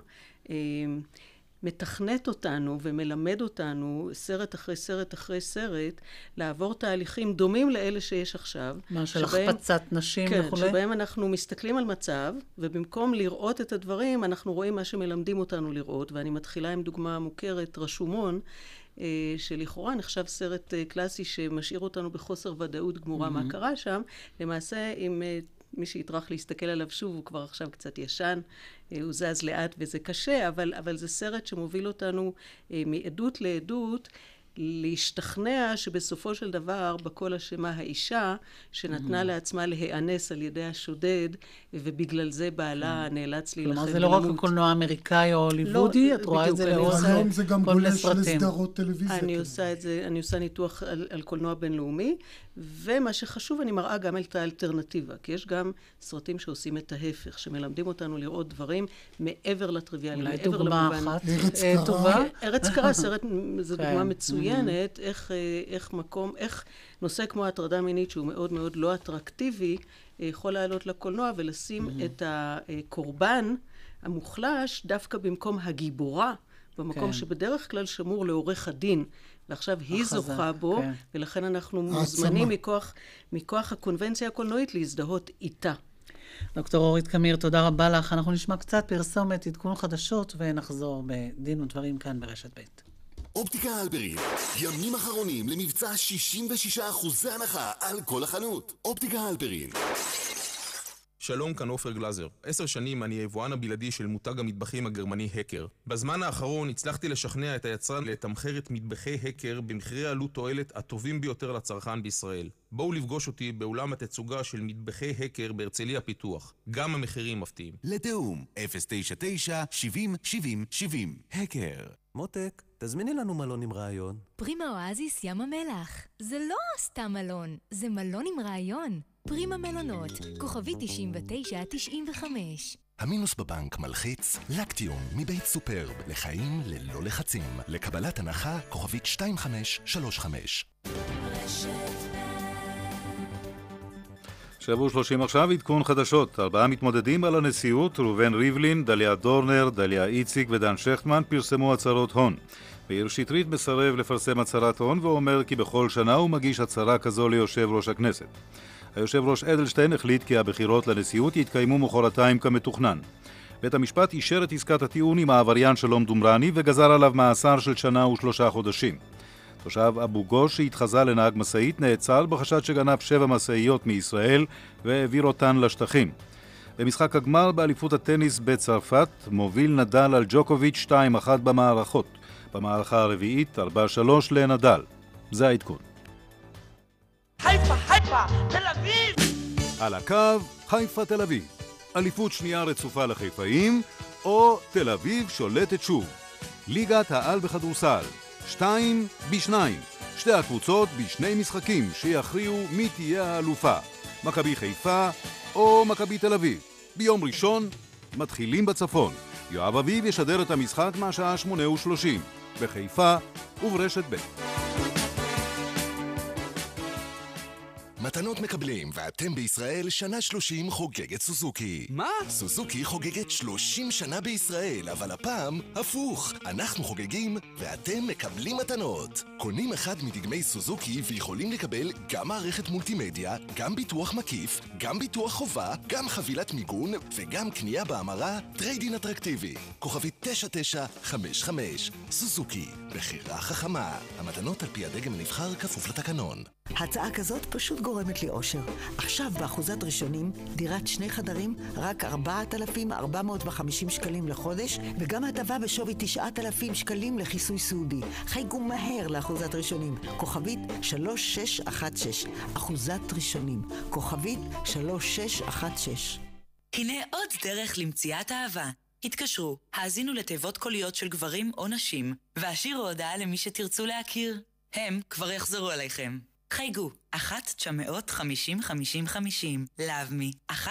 מתכנת אותנו ומלמד אותנו סרט אחרי סרט אחרי סרט לעבור תהליכים דומים לאלה שיש עכשיו. מה של החפצת נשים וכו'? כן, שבהם אנחנו מסתכלים על מצב, ובמקום לראות את הדברים אנחנו רואים מה שמלמדים אותנו לראות, ואני מתחילה עם דוגמה מוכרת, רשומון, שלכאורה נחשב סרט קלאסי שמשאיר אותנו בחוסר ודאות גמורה מה קרה שם. למעשה, אם מי שיטרח להסתכל עליו שוב, הוא כבר עכשיו קצת ישן, הוא זז לאט וזה קשה, אבל זה סרט שמוביל אותנו מעדות לעדות, להשתכנע שבסופו של דבר בכל אשמה האישה שנתנה לעצמה להיאנס על ידי השודד, ובגלל זה בעלה נאלץ להילחם ולמות. זה לא רק הקולנוע האמריקאי או הוליוודי, את רואה את זה לאורך כל מיני סרטים. היום זה גם גולש לסדרות טלוויזיה. אני עושה ניתוח על קולנוע בינלאומי, ומה שחשוב אני מראה גם את האלטרנטיבה, כי יש גם סרטים שעושים את ההפך, שמלמדים אותנו לראות דברים מעבר לטריוויאלי, מעבר למובן. אולי דוגמה אחת טובה. ארץ קרה, סרט, זו דוגמה מצוינת, איך נושא כמו הטרדה מינית שהוא מאוד מאוד לא אטרקטיבי, יכול לעלות לקולנוע ולשים את הקורבן המוחלש דווקא במקום הגיבורה, במקום שבדרך כלל שמור לעורך הדין, ועכשיו היא זוכה בו, ולכן אנחנו מוזמנים מכוח הקונבנציה הקולנועית להזדהות איתה. דוקטור אורית קמיר, תודה רבה לך. אנחנו נשמע קצת פרסומת, עדכון חדשות, ונחזור בדין ודברים כאן ברשת ב'. אופטיקה הלפרין, ימים אחרונים למבצע 66% הנחה על כל החנות. אופטיקה הלפרין. שלום, כאן עופר גלזר. 10 שנים אני היבואן הבלעדי של מותג המטבחים הגרמני הקר. בזמן האחרון הצלחתי לשכנע את היצרן לתמחר את מטבחי הקר במחירי עלות תועלת הטובים ביותר לצרכן בישראל. בואו לפגוש אותי באולם התצוגה של מטבחי הקר בהרצליה פיתוח. גם המחירים מפתיעים. לתאום 099-70-70-70 הקר. מותק, תזמיני לנו מלון עם רעיון. פרימה אואזיס ים המלח. זה לא סתם מלון, זה מלון עם רעיון. פרימה מלונות, כוכבי 99-95. המינוס בבנק מלחיץ לקטיום מבית סופרב לחיים ללא לחצים. לקבלת הנחה כוכבית 2535. שבוע 30 עכשיו, עדכון חדשות. 4 מתמודדים על הנשיאות, ראובן ריבלין, דליה דורנר, דליה איציק ודן שכטמן פרסמו הצהרות הון. מאיר שטרית מסרב לפרסם הצהרת הון ואומר כי בכל שנה הוא מגיש הצהרה כזו ליושב ראש הכנסת. היושב ראש אדלשטיין החליט כי הבחירות לנשיאות יתקיימו מחרתיים כמתוכנן. בית המשפט אישר את עסקת הטיעון עם העבריין שלום דומרני וגזר עליו מאסר של 1 שנה ו3 חודשים. תושב אבו גוש שהתחזה לנהג מסעית נעצר בחשד שגנב 7 מסעיות מישראל והעביר אותן לשטחים. במשחק הגמר באליפות הטניס בצרפת מוביל נדל על ג'וקוביץ' 2-1 במערכות. במערכה הרביעית 4-3 לנדל. זה העדכון. חיפה, חיפה, תל אביב! על הקו, חיפה תל אביב. אליפות שנייה רצופה לחיפאים, או תל אביב שולטת שוב. ליגת העל בכדורסל. 2-2. שתי הקבוצות בשני משחקים שיכריעו מי תהיה האלופה. מכבי חיפה או מכבי תל אביב. ביום ראשון מתחילים בצפון. יואב אביב ישדר את המשחק מהשעה 8:30. בחיפה וברשת ב'. מתנות מקבלים, ואתם בישראל שנה 30 חוגגת סוזוקי. מה? סוזוקי חוגגת 30 שנה בישראל, אבל הפעם הפוך. אנחנו חוגגים, ואתם מקבלים מתנות. קונים אחד מדגמי סוזוקי ויכולים לקבל גם מערכת מולטימדיה, גם ביטוח מקיף, גם ביטוח חובה, גם חבילת מיגון, וגם קנייה באמרה טריידין אטרקטיבי. כוכבי 9955. סוזוקי, בחירה חכמה. המתנות על פי הדגם הנבחר כפוף לתקנון. הצעה כזאת פשוט גורמת לי אושר. עכשיו באחוזת ראשונים, דירת 2 חדרים, רק 4,450 שקלים לחודש, וגם הטבה בשווי 9,000 שקלים לכיסוי סעודי. חייגו מהר לאחוזת ראשונים. כוכבית 3616. אחוזת ראשונים. כוכבית 3616. הנה עוד דרך למציאת אהבה. התקשרו, האזינו לתיבות קוליות של גברים או נשים, והשאירו הודעה למי שתרצו להכיר. הם כבר יחזרו עליכם. חייגו, 1-950-50-50, לאב-מי,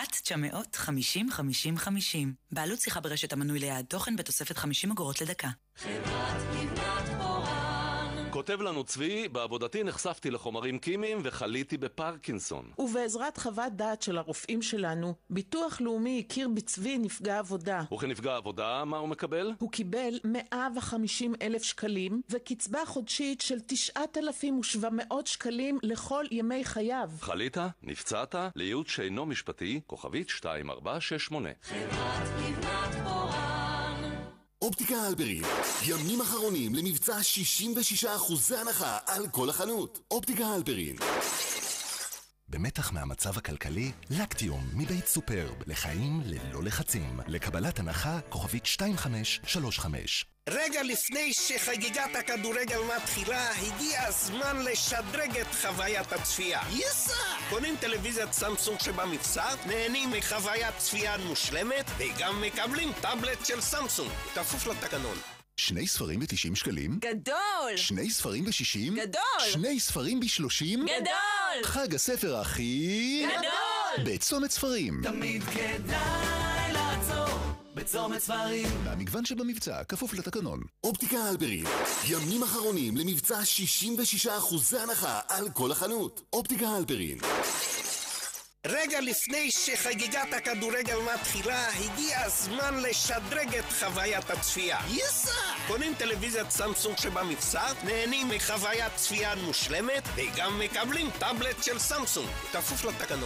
1-950-50-50. בעלות שיחה ברשת המנוי ליד תוכן בתוספת 50 אגורות לדקה. חברת לבנת פורן. כותב לנו צבי, בעבודתי נחשפתי לחומרים כימיים וחליתי בפרקינסון. ובעזרת חוות דעת של הרופאים שלנו, ביטוח לאומי הכיר בצבי נפגע עבודה. וכנפגע עבודה, מה הוא מקבל? הוא קיבל 150,000 שקלים וקצבה חודשית של 9,700 שקלים לכל ימי חייו. חלית? נפצעת? לייעוץ שאינו משפטי, כוכבית 2468. חברת לבנת פורן. אופטיקה הלפרין, ימים אחרונים למבצע 66% הנחה על כל החנות. אופטיקה הלפרין. במתח מהמצב הכלכלי, לקטיום מבית סופרב לחיים ללא לחצים. לקבלת הנחה כוכבית 2535. רגע לפני שחגיגת הכדורגל מתחילה, הגיע הזמן לשדרג את חוויית הצפייה. יסה! קונים טלוויזיית סמסונג שבמבצע, נהנים מחוויית צפייה מושלמת, וגם מקבלים טאבלט של סמסונג. כפוף לתקנון. 2 ספרים ב-90 שקלים? גדול! 2 ספרים ב-60? גדול! 2 ספרים ב-30? גדול! חג הספר הכי... גדול! בצומת ספרים. תמיד כדאי לעצור בצומת ספרים. מהמגוון שבמבצע, כפוף לתקנון. אופטיקה הלפרין, ימים אחרונים למבצע 66% הנחה על כל החנות. אופטיקה הלפרין. רגע לפני שחגיגת הכדורגל מתחילה, הגיע הזמן לשדרג את חוויית הצפייה. יסה! קונים טלוויזיית סמסונג שבמבצע, נהנים מחוויית צפייה מושלמת, וגם מקבלים טאבלט של סמסונג. כפוף לתקנון.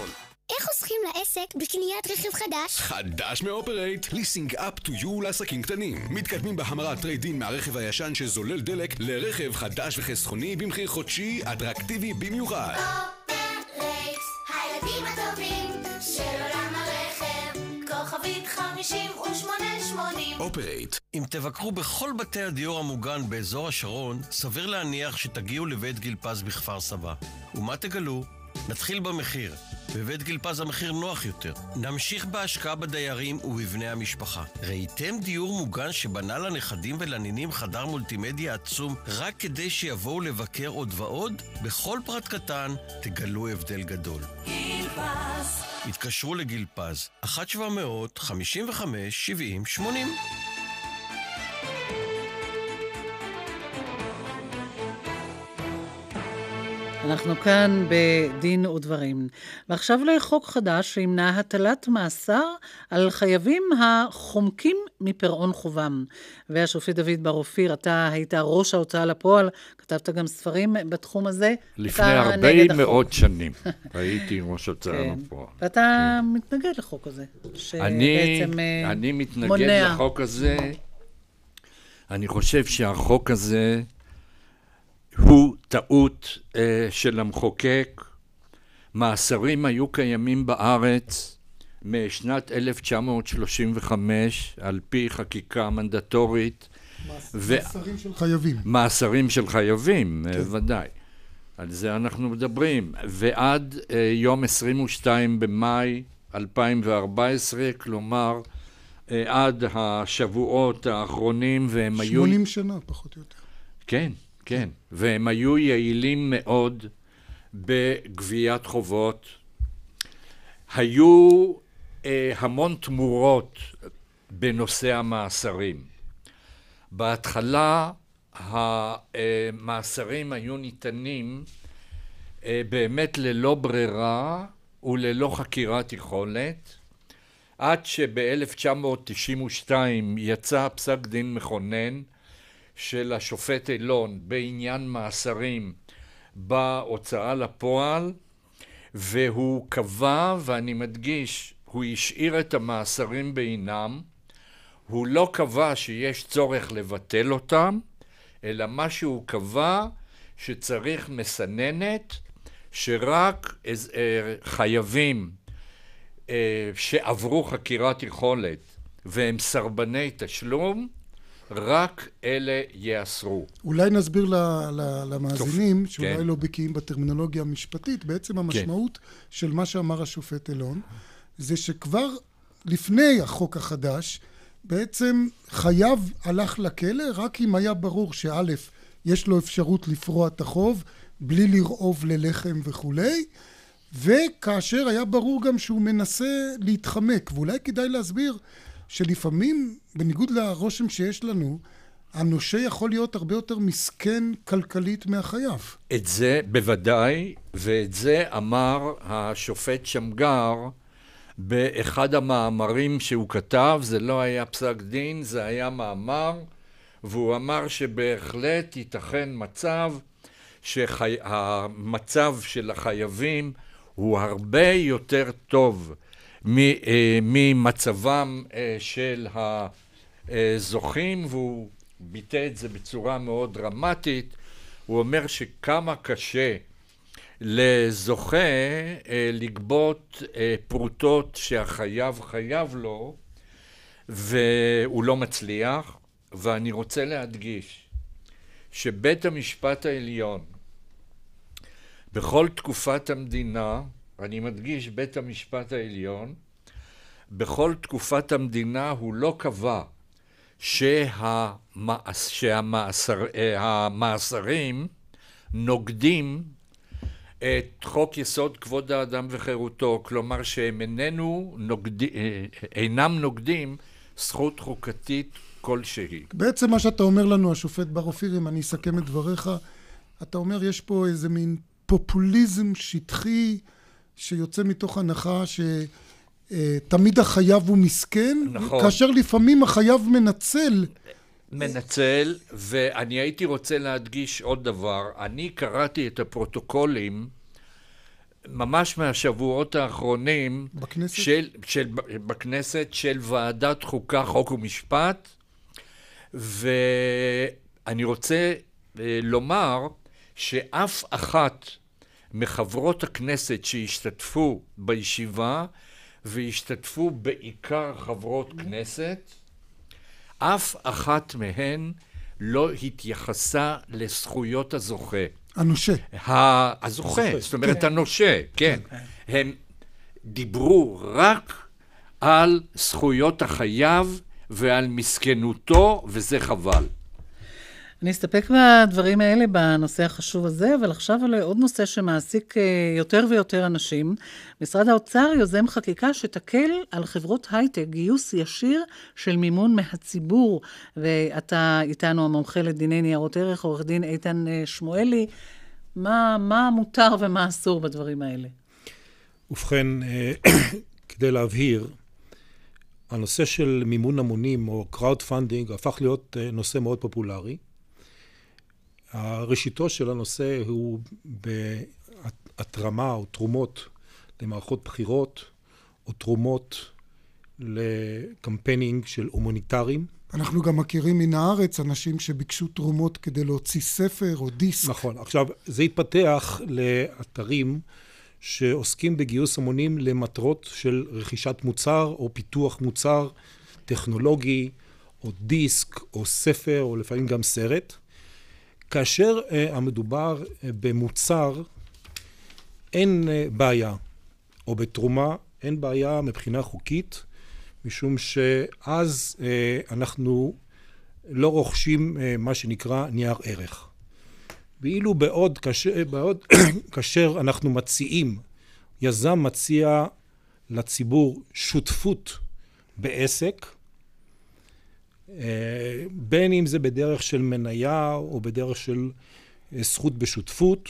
איך חוסכים לעסק בקניית רכב חדש? חדש מאופרייט, ליסינג אפ טו יו לעסקים קטנים. מתקדמים בהמרת טרייד-אין מהרכב הישן שזולל דלק לרכב חדש וחסכוני במחיר חודשי אטרקטיבי במיוחד. אופרייט, הילדים הטובים של עולם הרכב, כוכבית 5880. אופרייט. אם תבקרו בכל בתי הדיור המוגן באזור השרון, סביר להניח שתגיעו לבית גיל פז בכפר סבא. ומה תגלו? נתחיל במחיר. בבית גיל פז המחיר נוח יותר. נמשיך בהשקעה בדיירים ובבני המשפחה. ראיתם דיור מוגן שבנה לנכדים ולנינים חדר מולטימדיה עצום רק כדי שיבואו לבקר עוד ועוד? בכל פרט קטן תגלו הבדל גדול. גיל פז. התקשרו לגיל פז 1-700-55-70-80. אנחנו כאן בדין ודברים. ועכשיו לחוק חדש שימנע הטלת מאסר על חייבים החומקים מפירעון חובם. והשופט דוד בר אופיר, אתה היית ראש ההוצאה לפועל, כתבת גם ספרים בתחום הזה. לפני הרבה מאוד שנים הייתי ראש ההוצאה לפועל. ואתה מתנגד לחוק הזה, אני מתנגד לחוק הזה. אני חושב שהחוק הזה הוא טעות של המחוקק. מאסרים היו קיימים בארץ משנת 1935 על פי חקיקה מנדטורית. מאסרים של חייבים. מאסרים של חייבים, ודאי. על זה אנחנו מדברים. ועד יום 22 במאי 2014, כלומר עד השבועות האחרונים, והם היו 80 שנה פחות או יותר. כן. כן, והם היו יעילים מאוד בגביית חובות. היו המון תמורות בנושא המאסרים. בהתחלה המאסרים היו ניתנים באמת ללא ברירה וללא חקירת יכולת, עד שב-1992 יצא פסק דין מכונן של השופט אילון בעניין מאסרים בהוצאה לפועל, והוא קבע, ואני מדגיש, הוא השאיר את המאסרים בעינם. הוא לא קבע שיש צורך לבטל אותם, אלא מה שהוא קבע שצריך מסננת שרק חייבים שעברו חקירת יכולת והם סרבני תשלום, רק אלה יאסרו. אולי נסביר למאזינים, שאולי לא בקיאים בטרמינולוגיה המשפטית, בעצם המשמעות של מה שאמר השופט אילון, זה שכבר לפני החוק החדש, בעצם חייב הלך לכלא, רק אם היה ברור שא' יש לו אפשרות לפרוע את החוב, בלי לרעוב ללחם וכולי, וכאשר היה ברור גם שהוא מנסה להתחמק, ואולי כדאי להסביר, שלפעמים, בניגוד לרושם שיש לנו, הנושה יכול להיות הרבה יותר מסכן כלכלית מהחייב. את זה בוודאי, ואת זה אמר השופט שמגר באחד המאמרים שהוא כתב. זה לא היה פסק דין, זה היה מאמר, והוא אמר שבהחלט ייתכן מצב שהמצב של החייבים הוא הרבה יותר טוב ממצבם של הזוכים, והוא ביטא את זה בצורה מאוד דרמטית. הוא אומר שכמה קשה לזוכה לגבות פרוטות שהחייב חייב לו, והוא לא מצליח. ואני רוצה להדגיש שבית המשפט העליון בכל תקופת המדינה, אני מדגיש בית המשפט העליון, בכל תקופת המדינה הוא לא קבע שהמאסרים נוגדים את חוק יסוד כבוד האדם וחירותו, כלומר שהם אינם נוגדים זכות חוקתית כלשהי. בעצם מה שאתה אומר לנו, השופט בר אופיר, אם אני אסכם את דבריך, אתה אומר יש פה איזה מין פופוליזם שטחי שיוצא מתוך הנחה שתמיד החייב הוא מסכן, נכון. כאשר לפעמים החייב מנצל, ואני הייתי רוצה להדגיש עוד דבר. אני קראתי את הפרוטוקולים ממש מהשבועות האחרונים בכנסת של ועדת חוקה, חוק ומשפט, ואני רוצה לומר שאף אחת מחברות הכנסת שהשתתפו בישיבה, והשתתפו בעיקר חברות כנסת, אף אחת מהן לא התייחסה לזכויות הזוכה. הנושה. הזוכה, זאת אומרת הנושה, כן. הם דיברו רק על זכויות החייב ועל מסכנותו, וזה חבל. אני אסתפק בדברים האלה בנושא החשוב הזה, אבל עכשיו עולה עוד נושא שמעסיק יותר ויותר אנשים. משרד האוצר יוזם חקיקה שתקל על חברות הייטק גיוס ישיר של מימון מהציבור, ואתה איתנו המומחה לדיני ניירות ערך, עורך דין איתן שמואלי. מה מותר ומה אסור בדברים האלה? ובכן, כדי להבהיר, הנושא של מימון המונים או crowd funding הפך להיות נושא מאוד פופולרי. הראשיתו של הנושא הוא בהתרמה או תרומות למערכות בחירות, או תרומות לקמפיינינג של הומניטרים. אנחנו גם מכירים מן הארץ אנשים שביקשו תרומות כדי להוציא ספר או דיסק. נכון. עכשיו, זה התפתח לאתרים שעוסקים בגיוס המונים למטרות של רכישת מוצר או פיתוח מוצר טכנולוגי, או דיסק, או ספר, או לפעמים גם סרט. כאשר המדובר במוצר, אין בעיה, או בתרומה, אין בעיה מבחינה חוקית, משום שאז אנחנו לא רוכשים מה שנקרא נייר ערך. ואילו בעוד כאשר אנחנו מציעים, יזם מציע לציבור שותפות בעסק, בין אם זה בדרך של מניה או בדרך של זכות בשותפות,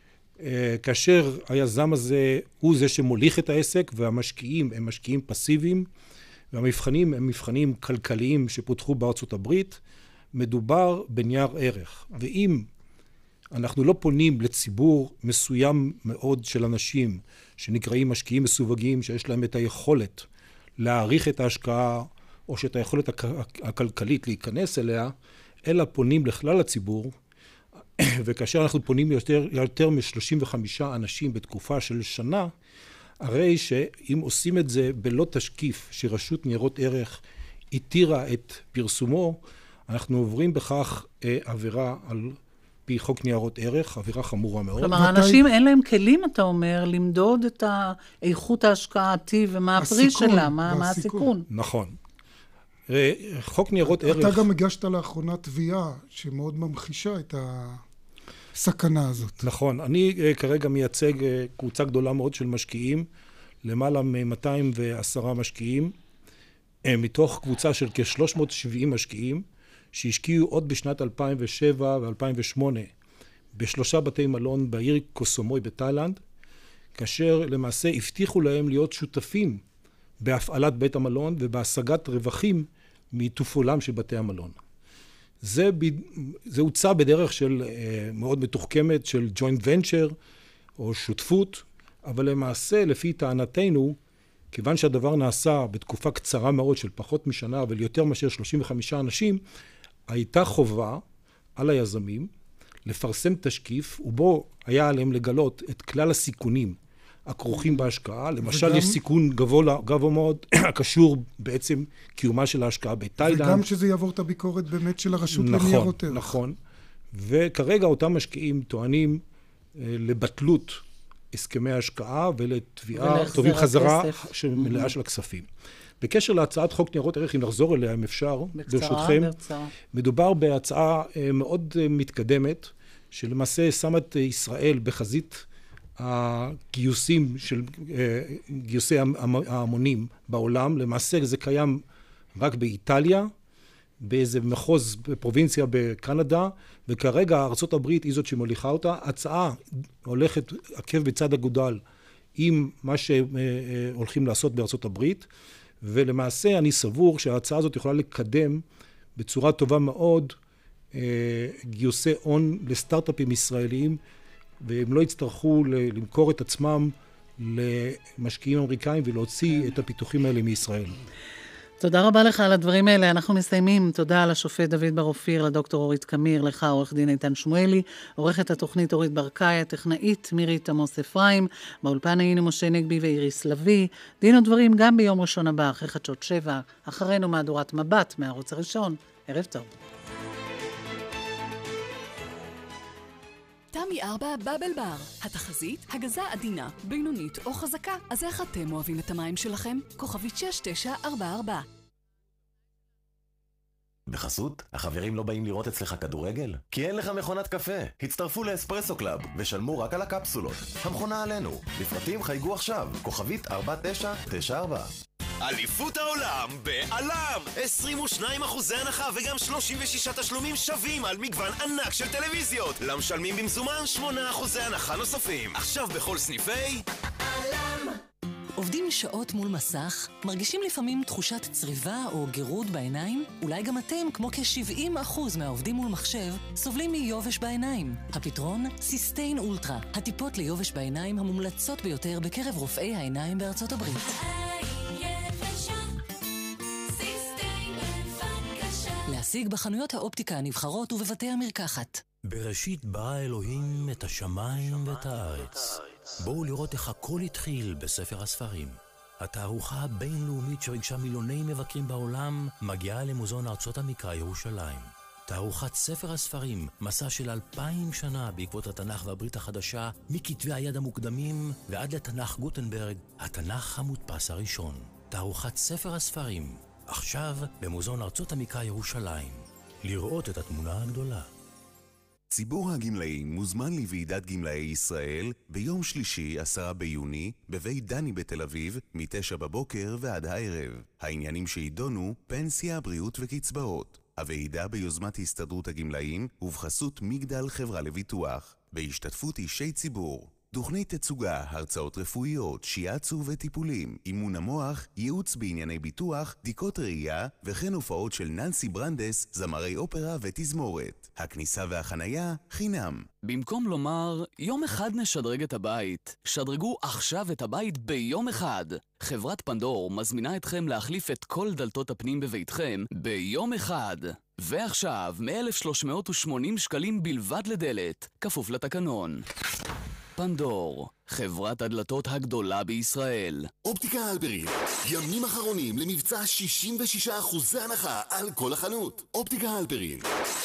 כאשר היזם הזה הוא זה שמוליך את העסק, והמשקיעים הם משקיעים פסיביים, והמבחנים הם מבחנים כלכליים שפותחו בארצות הברית, מדובר בנייר ערך. ואם אנחנו לא פונים לציבור מסוים מאוד של אנשים שנקראים משקיעים מסווגים, שיש להם את היכולת להעריך את ההשקעה, או שאת היכולת הכלכלית להיכנס אליה, אלא פונים לכלל הציבור, וכאשר אנחנו פונים יותר מ-35 אנשים בתקופה של שנה, הרי שאם עושים את זה בלא תשקיף שרשות ניירות ערך התירה את פרסומו, אנחנו עוברים בכך עבירה על פי חוק ניירות ערך, עבירה חמורה מאוד. כלומר, האנשים אין להם כלים, אתה אומר, למדוד את איכות ההשקעתי ומה הפרי שלה, מה הסיכון. נכון. חוק ניירות ערך... אתה גם הגשת לאחרונה תביעה שמאוד ממחישה את הסכנה הזאת. נכון. אני כרגע מייצג קבוצה גדולה מאוד של משקיעים, למעלה מ-210 משקיעים, מתוך קבוצה של כ-370 משקיעים, שהשקיעו עוד בשנת 2007 ו-2008 בשלושה בתי מלון בעיר קוסומוי בתאילנד, כאשר למעשה הבטיחו להם להיות שותפים בהפעלת בית המלון ובהשגת רווחים מתופעולם של בתי המלון. זה הוצא בדרך של מאוד מתוחכמת של joint venture או שותפות, אבל למעשה לפי טענתנו, כיוון שהדבר נעשה בתקופה קצרה מאוד של פחות משנה וליותר מאשר 35 אנשים, הייתה חובה על היזמים לפרסם תשקיף, ובו היה עליהם לגלות את כלל הסיכונים הכרוכים בהשקעה. למשל, יש סיכון גבוה מאוד, הקשור בעצם קיומה של ההשקעה בתאילנד. וגם שזה יעבור את הביקורת באמת של הרשות לניירות ערך. נכון. וכרגע אותם משקיעים טוענים לבטלות הסכמי ההשקעה ולתביעה, תובעים חזרה מלאה של הכספים. בקשר להצעת חוק ניירות ערך, אם נחזור אליה, אם אפשר, ברשותכם, מדובר בהצעה מאוד מתקדמת, שלמעשה שמה את ישראל בחזית הגיוסים של גיוסי ההמונים בעולם. למעשה זה קיים רק באיטליה, באיזה מחוז בפרובינציה בקנדה, וכרגע ארצות הברית היא זאת שמוליכה אותה. הצעה הולכת עקב בצד אגודל עם מה שהולכים לעשות בארצות הברית, ולמעשה אני סבור שההצעה הזאת יכולה לקדם בצורה טובה מאוד גיוסי הון לסטארט-אפים ישראליים, והם לא יצטרכו למכור את עצמם למשקיעים אמריקאים ולהוציא את הפיתוחים האלה מישראל. תודה רבה לך על הדברים האלה. אנחנו מסיימים. תודה לשופט דוד בר אופיר, לדוקטור אורית קמיר, לך עורך דין איתן שמואלי, עורכת התוכנית אורית ברקאי, הטכנאית מירית עמוס אפרים, באולפן היינו משה נגבי ואיריס לוי. דין ודברים גם ביום ראשון הבא, אחרי חדשות 7, אחרינו מהדורת מבט מהערוץ הראשון. ערב טוב. תמי 4 בבל בר. התחזית, הגזה עדינה, בינונית או חזקה. אז איך אתם אוהבים את המים שלכם? כוכבית 6944. בחסות, החברים לא באים לראות אצלך כדורגל? כי אין לך מכונת קפה. הצטרפו לאספרסו קלאב ושלמו רק על הקפסולות. המכונה עלינו. לפרטים חייגו עכשיו, כוכבית 4994. אליפות העולם בעלם! 22% הנחה וגם 36 תשלומים שווים על מגוון ענק של טלוויזיות. למשלמים במזומן 8% הנחה נוספים. עכשיו בכל סניפי עלם. עובדים שעות מול מסך, מרגישים לפעמים תחושת צריבה או גירוד בעיניים? אולי גם אתם, כמו כ-70% מהעובדים מול מחשב, סובלים מיובש בעיניים. הפתרון? סיסטיין אולטרה, הטיפות ליובש בעיניים המומלצות ביותר בקרב רופאי העיניים בארצות הברית. להשיג בחנויות האופטיקה הנבחרות ובבתי המרקחת. בראשית ברא אלוהים את השמיים ואת הארץ. בואו לראות איך הכל התחיל בספר הספרים. התערוכה הבינלאומית שריגשה מיליוני מבקרים בעולם מגיעה למוזיאון ארצות המקרא ירושלים. תערוכת ספר הספרים, מסע של 2000 שנה בעקבות התנ"ך והברית החדשה, מכתבי היד המוקדמים ועד לתנ"ך גוטנברג, התנ"ך המודפס הראשון. תערוכת ספר הספרים, עכשיו במוזיאון ארצות המקרא ירושלים. לראות את התמונה הגדולה. ציבור הגמלאים מוזמן לוועידת גמלאי ישראל ביום שלישי 10 ביוני בבית דני בתל אביב מ-9 בבוקר ועד הערב. העניינים שידונו פנסיה, בריאות וקצבאות. הוועידה ביוזמת הסתדרות הגמלאים ובחסות מגדל חברה לביטוח. בהשתתפות אישי ציבור. דוכני תצוגה, הרצאות רפואיות, שיאצו וטיפולים, אימון המוח, ייעוץ בענייני ביטוח, בדיקות ראייה, וכן הופעות של ננסי ברנדס, זמרי אופרה ותזמורת. הכניסה והחנייה חינם. במקום לומר, יום אחד נשדרג את הבית, שדרגו עכשיו את הבית ביום אחד. חברת פנדור מזמינה אתכם להחליף את כל דלתות הפנים בביתכם ביום אחד. ועכשיו, מ-1,380 שקלים בלבד לדלת, כפוף לתקנון. פנדור, חברת הדלתות הגדולה בישראל. אופטיקה הלפרין, ימים אחרונים למבצע 66% הנחה על כל החנות. אופטיקה הלפרין.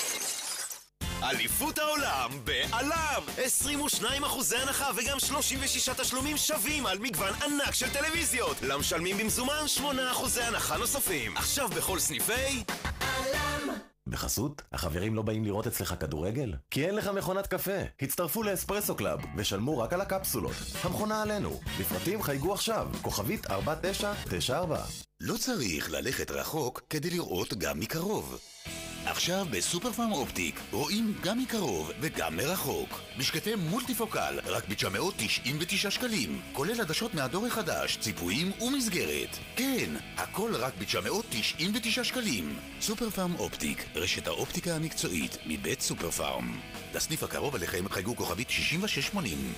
אליפות העולם בעלם! 22% הנחה וגם 36 תשלומים שווים על מגוון ענק של טלוויזיות. למשלמים במזומן 8% הנחה נוספים. עכשיו בכל סניפי עלם. בחסות, החברים לא באים לראות אצלך כדורגל? כי אין לך מכונת קפה. הצטרפו לאספרסו קלאב ושלמו רק על הקפסולות. המכונה עלינו. לפרטים חייגו עכשיו, כוכבית 4994. לא צריך ללכת רחוק כדי לראות גם מקרוב. עכשיו בסופר פארם אופטיק רואים גם מקרוב וגם מרחוק. משקפי מולטיפוקל רק ב-999 שקלים, כולל עדשות מהדור החדש, ציפויים ומסגרת. כן, הכל רק ב-999 שקלים. סופר פארם אופטיק, רשת האופטיקה המקצועית מבית סופר פארם. לסניף הקרוב עליכם חייגו כוכבית 6680.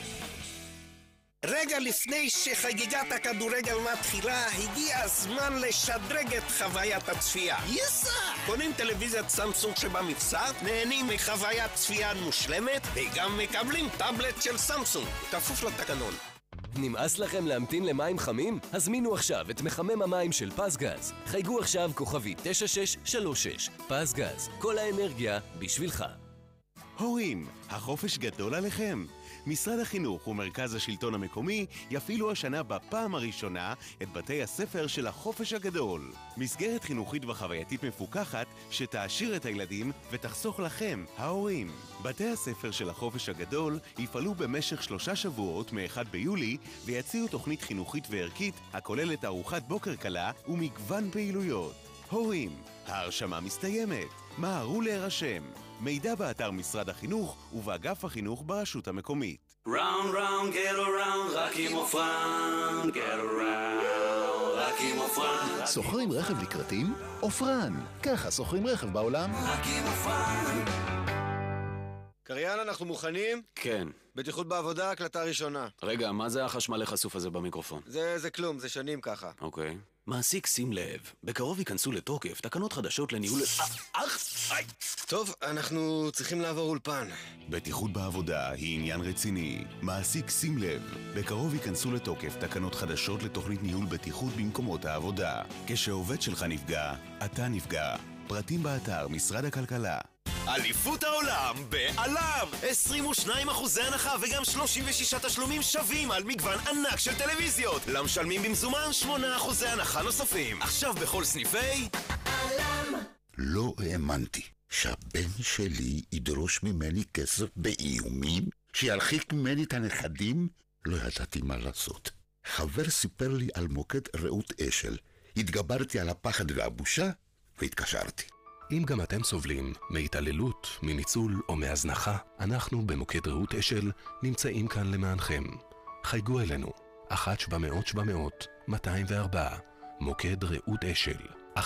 רגע לפני שחגיגת הכדורגל מתחילה, הגיע הזמן לשדרג את חוויית הצפייה. יסה! קונים טלוויזיית סמסונג שבמבצע, נהנים מחוויית צפייה מושלמת, וגם מקבלים טאבלט של סמסונג, כפוף לתקנון. נמאס לכם להמתין למים חמים? הזמינו עכשיו את מחמם המים של פזגז. חייגו עכשיו כוכבי 9636. פזגז, כל האנרגיה בשבילך. הורים, החופש גדול עליכם. משרד החינוך ומרכז השלטון המקומי יפעילו השנה בפעם הראשונה את בתי הספר של החופש הגדול. מסגרת חינוכית וחווייתית מפוקחת שתעשיר את הילדים ותחסוך לכם, ההורים. בתי הספר של החופש הגדול יפעלו במשך 3 שבועות מ-1 ביולי ויציעו תוכנית חינוכית וערכית הכוללת ארוחת בוקר קלה ומגוון פעילויות. הורים, ההרשמה מסתיימת. מהרו להירשם. מידע באתר משרד החינוך ובאגף החינוך ברשות המקומית. Round, round, get around, רק עם אופרן, get around, רק עם אופרן. סוחרים רכב לקראתים? אופרן. ככה סוחרים רכב בעולם. רק עם אופרן. קריין, אנחנו מוכנים? כן. בטיחות בעבודה, הקלטה ראשונה. רגע, מה זה החשמל החשוף הזה במיקרופון? זה כלום, זה שנים ככה. אוקיי. מעסיק, שים לב, בקרוב ייכנסו לתוקף תקנות חדשות לניהול... טוב, אנחנו צריכים לעבור אולפן. בטיחות בעבודה היא עניין רציני. מעסיק, שים לב, בקרוב ייכנסו לתוקף תקנות חדשות לתוכנית ניהול בטיחות במקומות העבודה. כשעובד שלך נפגע, אתה נפגע. פרטים באתר משרד הכלכלה. אליפות העולם בעלם! 22% הנחה וגם 36 תשלומים שווים על מגוון ענק של טלוויזיות. למשלמים במזומן 8% הנחה נוספים. עכשיו בכל סניפי עלם. לא האמנתי שהבן שלי ידרוש ממני כסף באיומים, שירחיק ממני את הנכדים. לא ידעתי מה לעשות. חבר סיפר לי על מוקד רעות אשל. התגברתי על הפחד והבושה והתקשרתי. אם גם אתם סובלים מהתעללות, מניצול או מהזנחה, אנחנו במוקד רעות אשל נמצאים כאן למענכם. חייגו אלינו 1-700-700-204 מוקד רעות אשל 1-700-700-204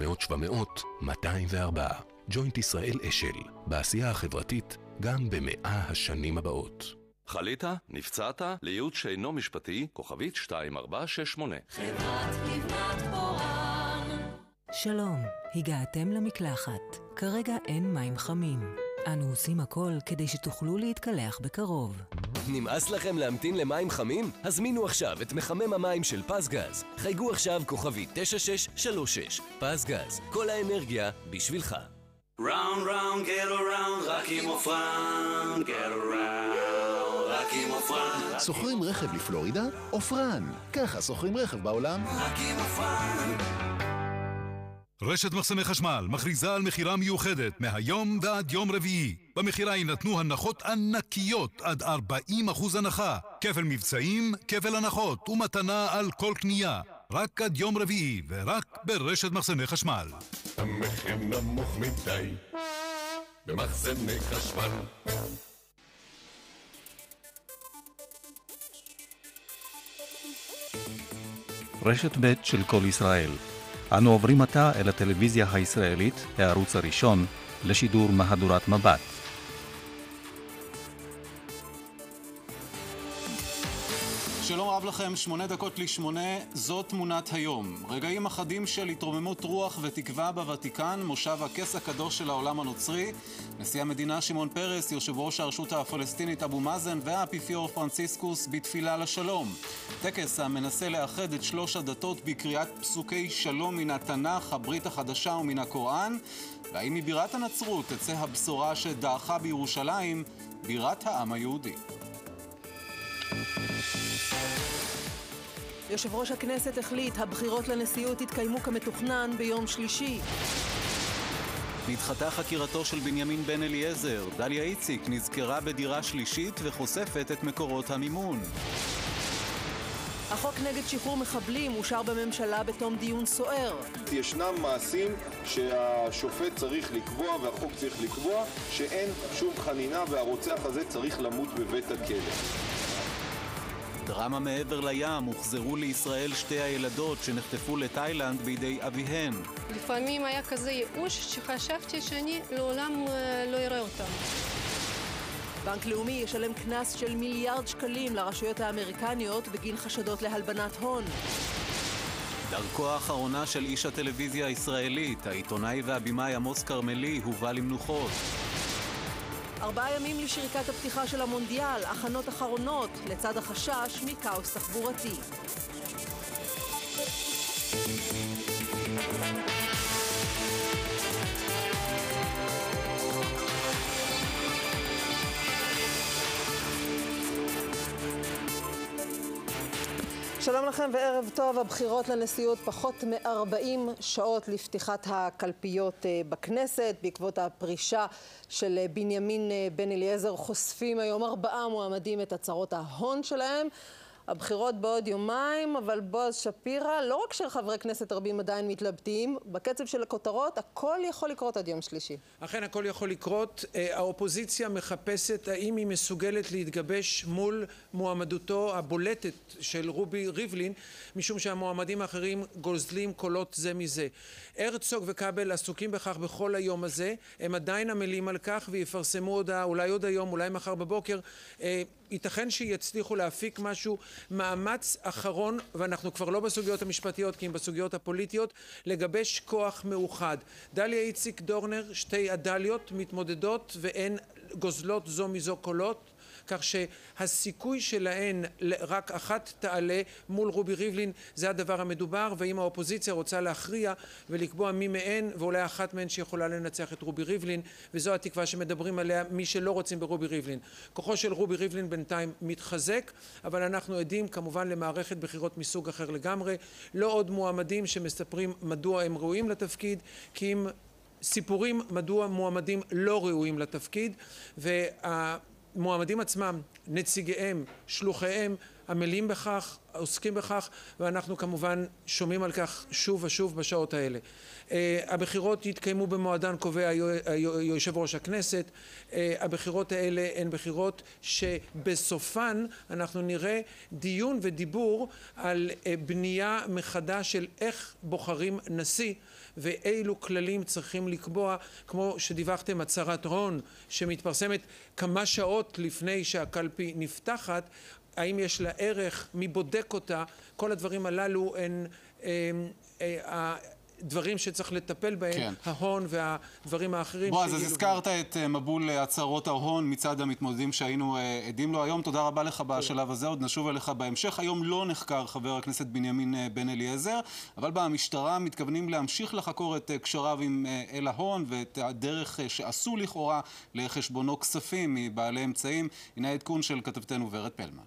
ג'וינט ישראל אשל, בעשייה החברתית גם ב100 השנים הבאות. חלית? נפצעת? לייעוץ שאינו משפטי, כוכבית 2468. חברת לבנת פורן. שלום, הגעתם למקלחת. כרגע אין מים חמים. אנו עושים הכל כדי שתוכלו להתקלח בקרוב. נמאס לכם להמתין למים חמים? הזמינו עכשיו את מחמם המים של פזגז. חייגו עכשיו כוכבית 9636. פזגז, כל האנרגיה בשבילך. Round, round, get around, רק עם עופרן, get around, רק עם עופרן. שוכרים רכב לפלורידה? עופרן. ככה שוכרים רכב בעולם. רק עם עופרן. רשת מחסני חשמל מכריזה על מחירה מיוחדת מהיום ועד יום רביעי. במחירה יינתנו הנחות ענקיות עד 40% הנחה, כפל מבצעים, כפל הנחות ומתנה על כל קנייה. רק עד יום רביעי ורק ברשת מחסני חשמל. המחיר נמוך מדי במחסני חשמל. רשת ב' של כל ישראל. אנו עוברים עתה אל הטלוויזיה הישראלית, הערוץ הראשון, לשידור מהדורת מבט. שלום רב לכם, 8:08, זאת תמונת היום. רגעים אחדים של התרוממות רוח ותקווה בוותיקן, מושב הכס הקדוש של העולם הנוצרי. נשיא המדינה שמעון פרס, יושב ראש הרשות הפלסטינית אבו מאזן והאפיפיור פרנציסקוס בתפילה לשלום. טקס המנסה לאחד את שלוש הדתות בקריאת פסוקי שלום מן התנ"ך, הברית החדשה ומן הקוראן. והאם מבירת הנצרות תצא הבשורה שדעכה בירושלים, בירת העם היהודי. יושב ראש הכנסת החליט, הבחירות לנשיאות יתקיימו כמתוכנן ביום שלישי. נדחתה חקירתו של בנימין בן אליעזר. דליה איציק נזכרה בדירה שלישית וחושפת את מקורות המימון. החוק נגד שחרור מחבלים אושר בממשלה בתום דיון סוער. ישנם מעשים שהשופט צריך לקבוע והחוק צריך לקבוע שאין שום חנינה והרוצח הזה צריך למות בבית הכלא. דרמה מעבר לים, הוחזרו לישראל שתי הילדות שנחטפו לתאילנד בידי אביהן. לפעמים היה כזה ייאוש שחשבתי שאני לעולם לא אראה אותם. בנק לאומי ישלם קנס של מיליארד שקלים לרשויות האמריקניות בגין חשדות להלבנת הון. דרכו האחרונה של איש הטלוויזיה הישראלית, העיתונאי והבימאי עמוס כרמלי, הובא למנוחות. 4 ימים לשריקת הפתיחה של המונדיאל, הכנות אחרונות, לצד החשש מכאוס תחבורתי. שלום לכם וערב טוב. הבחירות לנשיאות פחות מ-40 שעות לפתיחת הקלפיות בכנסת. בעקבות הפרישה של בנימין בן אליעזר חושפים היום 4 מועמדים את הצהרות ההון שלהם. הבחירות בעוד יומיים, אבל בועז שפירא, לא רק שחברי כנסת רבים עדיין מתלבטים, בקצב של הכותרות, הכל יכול לקרות עד יום שלישי. אכן הכל יכול לקרות. האופוזיציה מחפשת האם היא מסוגלת להתגבש מול מועמדותו הבולטת של רובי ריבלין, משום שהמועמדים האחרים גוזלים קולות זה מזה. הרצוג וכבל עסוקים בכך בכל היום הזה, הם עדיין עמלים על כך ויפרסמו הודעה, אולי עוד היום, אולי מחר בבוקר. ייתכן שיצליחו להפיק משהו, מאמץ אחרון, ואנחנו כבר לא בסוגיות המשפטיות כי אם בסוגיות הפוליטיות, לגבש כוח מאוחד. דליה איציק דורנר, שתי הדליות מתמודדות והן גוזלות זו מזו קולות, כך שהסיכוי שלהן רק אחת תעלה מול רובי ריבלין זה הדבר המדובר, ואם האופוזיציה רוצה להכריע ולקבוע מי מהן ואולי אחת מהן שיכולה לנצח את רובי ריבלין, וזו התקווה שמדברים עליה מי שלא רוצים ברובי ריבלין. כוחו של רובי ריבלין בינתיים מתחזק, אבל אנחנו עדים כמובן למערכת בחירות מסוג אחר לגמרי, לא עוד מועמדים שמספרים מדוע הם ראויים לתפקיד, כי אם סיפורים מדוע מועמדים לא ראויים לתפקיד, מועמדים עצמם, נציגיהם, שלוחיהם, עמלים בכך, עוסקים בכך, ואנחנו כמובן שומעים על כך שוב ושוב בשעות האלה. הבחירות יתקיימו במועדן קובע יושב ראש הכנסת. הבחירות האלה הן בחירות שבסופן אנחנו נראה דיון ודיבור על בנייה מחדש של איך בוחרים נשיא ואילו כללים צריכים לקבוע, כמו שדיווחתם, הצהרת הון שמתפרסמת כמה שעות לפני שהקלפי נפתחת, האם יש לה ערך, מי בודק אותה, כל הדברים הללו הם דברים שצריך לטפל בהם, כן. ההון והדברים האחרים. בועז, אז הזכרת את מבול הצהרות ההון מצד המתמודדים שהיינו עדים לו היום. תודה רבה לך בשלב הזה, עוד נשוב אליך בהמשך. היום לא נחקר חבר הכנסת בנימין בן אליעזר, אבל במשטרה מתכוונים להמשיך לחקור את קשריו עם אל ההון ואת הדרך שעשו לכאורה לחשבונו כספים מבעלי אמצעים. הנה העדכון של כתבתנו ורד פלמן.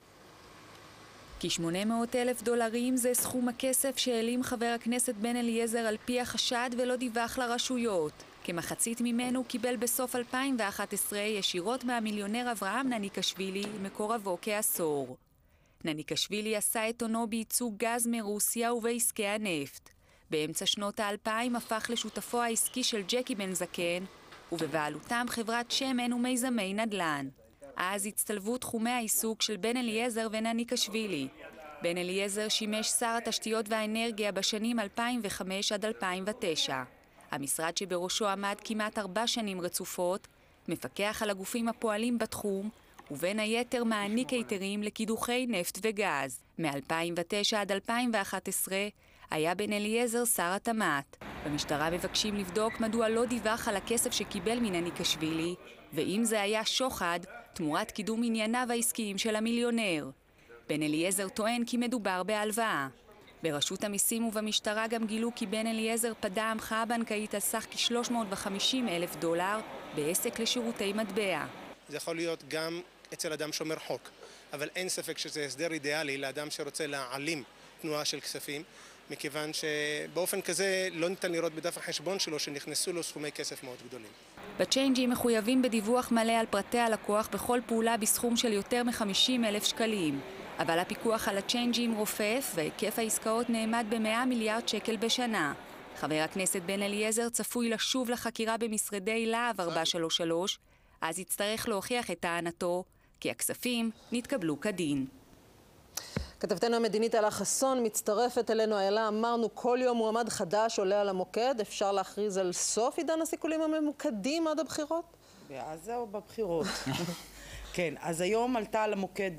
כ$800,000 זה סכום הכסף שהעלים חבר הכנסת בן אליעזר על פי החשד ולא דיווח לרשויות. כמחצית ממנו קיבל בסוף 2011 ישירות מהמיליונר אברהם נניקשווילי, מקורבו כעשור. נניקשווילי עשה את עונו בייצוא גז מרוסיה ובעסקי הנפט. באמצע שנות ה-2000 הפך לשותפו העסקי של ג'קי בן זקן, ובבעלותם חברת שמן ומיזמי נדל"ן. אז הצטלבו תחומי העיסוק של בן אליעזר ונניקשווילי. בן אליעזר שימש שר התשתיות והאנרגיה בשנים 2005 עד 2009. המשרד שבראשו עמד כמעט 4 שנים רצופות, מפקח על הגופים הפועלים בתחום, ובין היתר מעניק היתרים לקידוחי נפט וגז. מ-2009 עד 2011 היה בן אליעזר שר התמ"ת. במשטרה מבקשים לבדוק מדוע לא דיווח על הכסף שקיבל מנניקשווילי, ואם זה היה שוחד, תמורת קידום ענייניו העסקיים של המיליונר. בן אליעזר טוען כי מדובר בהלוואה. ברשות המיסים ובמשטרה גם גילו כי בן אליעזר פדה המחאה בנקאית על סך כ$350,000 בעסק לשירותי מטבע. זה יכול להיות גם אצל אדם שומר חוק, אבל אין ספק שזה הסדר אידיאלי לאדם שרוצה להעלים תנועה של כספים, מכיוון שבאופן כזה לא ניתן לראות בדף החשבון שלו שנכנסו לו סכומי כסף מאוד גדולים. בצ'יינג'ים מחויבים בדיווח מלא על פרטי הלקוח בכל פעולה בסכום של יותר מ-50,000 שקלים. אבל הפיקוח על הצ'יינג'ים רופף והיקף העסקאות נאמד ב100 מיליארד שקל בשנה. חבר הכנסת בן אליעזר צפוי לשוב לחקירה במשרדי להב 433, אז יצטרך להוכיח את טענתו, כי הכספים נתקבלו כדין. כתבתנו המדינית אלה חסון מצטרפת אלינו. אלה, אמרנו כל יום מועמד חדש עולה על המוקד, אפשר להכריז על סוף עידן הסיכולים הממוקדים עד הבחירות? בעזה או בבחירות? כן, אז היום עלתה על המוקד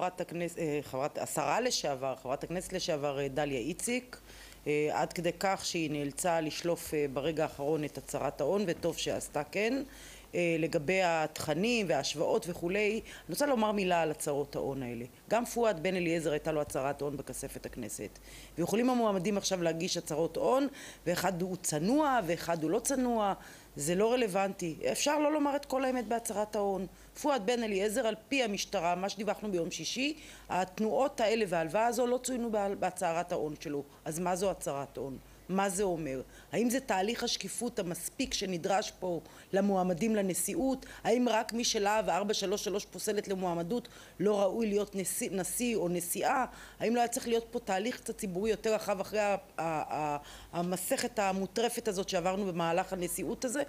השרה לשעבר, חברת הכנסת לשעבר דליה איציק, עד כדי כך שהיא נאלצה לשלוף ברגע האחרון את הצהרת ההון, וטוב שעשתה כן. לגבי התכנים וההשוואות וכולי, אני רוצה לומר מילה על הצהרות ההון האלה. גם פואד בן אליעזר הייתה לו הצהרת הון בכספת הכנסת. ויכולים המועמדים עכשיו להגיש הצהרות הון, ואחד הוא צנוע ואחד הוא לא צנוע. זה לא רלוונטי. אפשר לא לומר את כל האמת בהצהרת ההון. פואד בן אליעזר, על פי המשטרה, מה שדיווחנו ביום שישי, התנועות האלה וההלוואה הזו לא צוינו בהצהרת ההון שלו. אז מה זו הצהרת הון? מה זה אומר? האם זה תהליך השקיפות המספיק שנדרש פה למועמדים לנשיאות? האם רק מי שלהב 433 פוסלת למועמדות לא ראוי להיות נשיא או נשיאה? האם לא היה צריך להיות פה תהליך קצת ציבורי יותר רחב אחרי המסכת המוטרפת הזאת שעברנו במהלך הנשיאות הזה?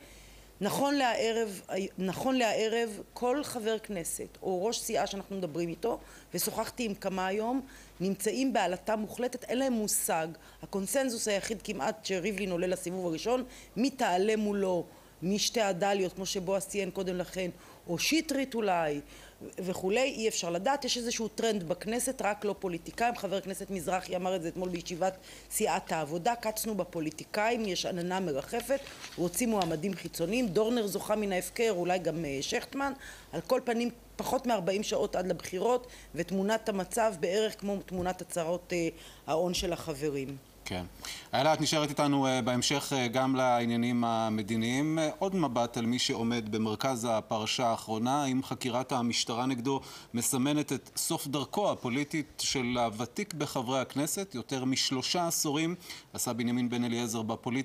נכון לערב כל חבר כנסת או ראש סיעה שאנחנו מדברים איתו, ושוחחתי עם כמה היום, נמצאים בעלתה מוחלטת, אין להם מושג. הקונסנזוס היחיד כמעט שריבלין עולה לסיבוב הראשון, מי תעלה מולו, משתי הדליות כמו שבועז ציין קודם לכן, או שטרית אולי וכולי, אי אפשר לדעת. יש איזשהו טרנד בכנסת, רק לא פוליטיקאים. חבר הכנסת מזרחי אמר את זה אתמול בישיבת סיעת העבודה, קצנו בפוליטיקאים, יש עננה מרחפת, רוצים מועמדים חיצוניים. דורנר זוכה מן ההפקר, אולי גם שכטמן. על כל פנים פחות מ-40 שעות עד לבחירות, ותמונת המצב בערך כמו תמונת הצהרות ההון של החברים. כן. איילה, את נשארת איתנו בהמשך גם לעניינים המדיניים. עוד מבט על מי שעומד במרכז הפרשה האחרונה, אם חקירת המשטרה נגדו מסמנת את סוף דרכו הפוליטית של הוותיק בחברי הכנסת. יותר מ3 עשורים עשה בנימין בן אליעזר בפוליטיקה.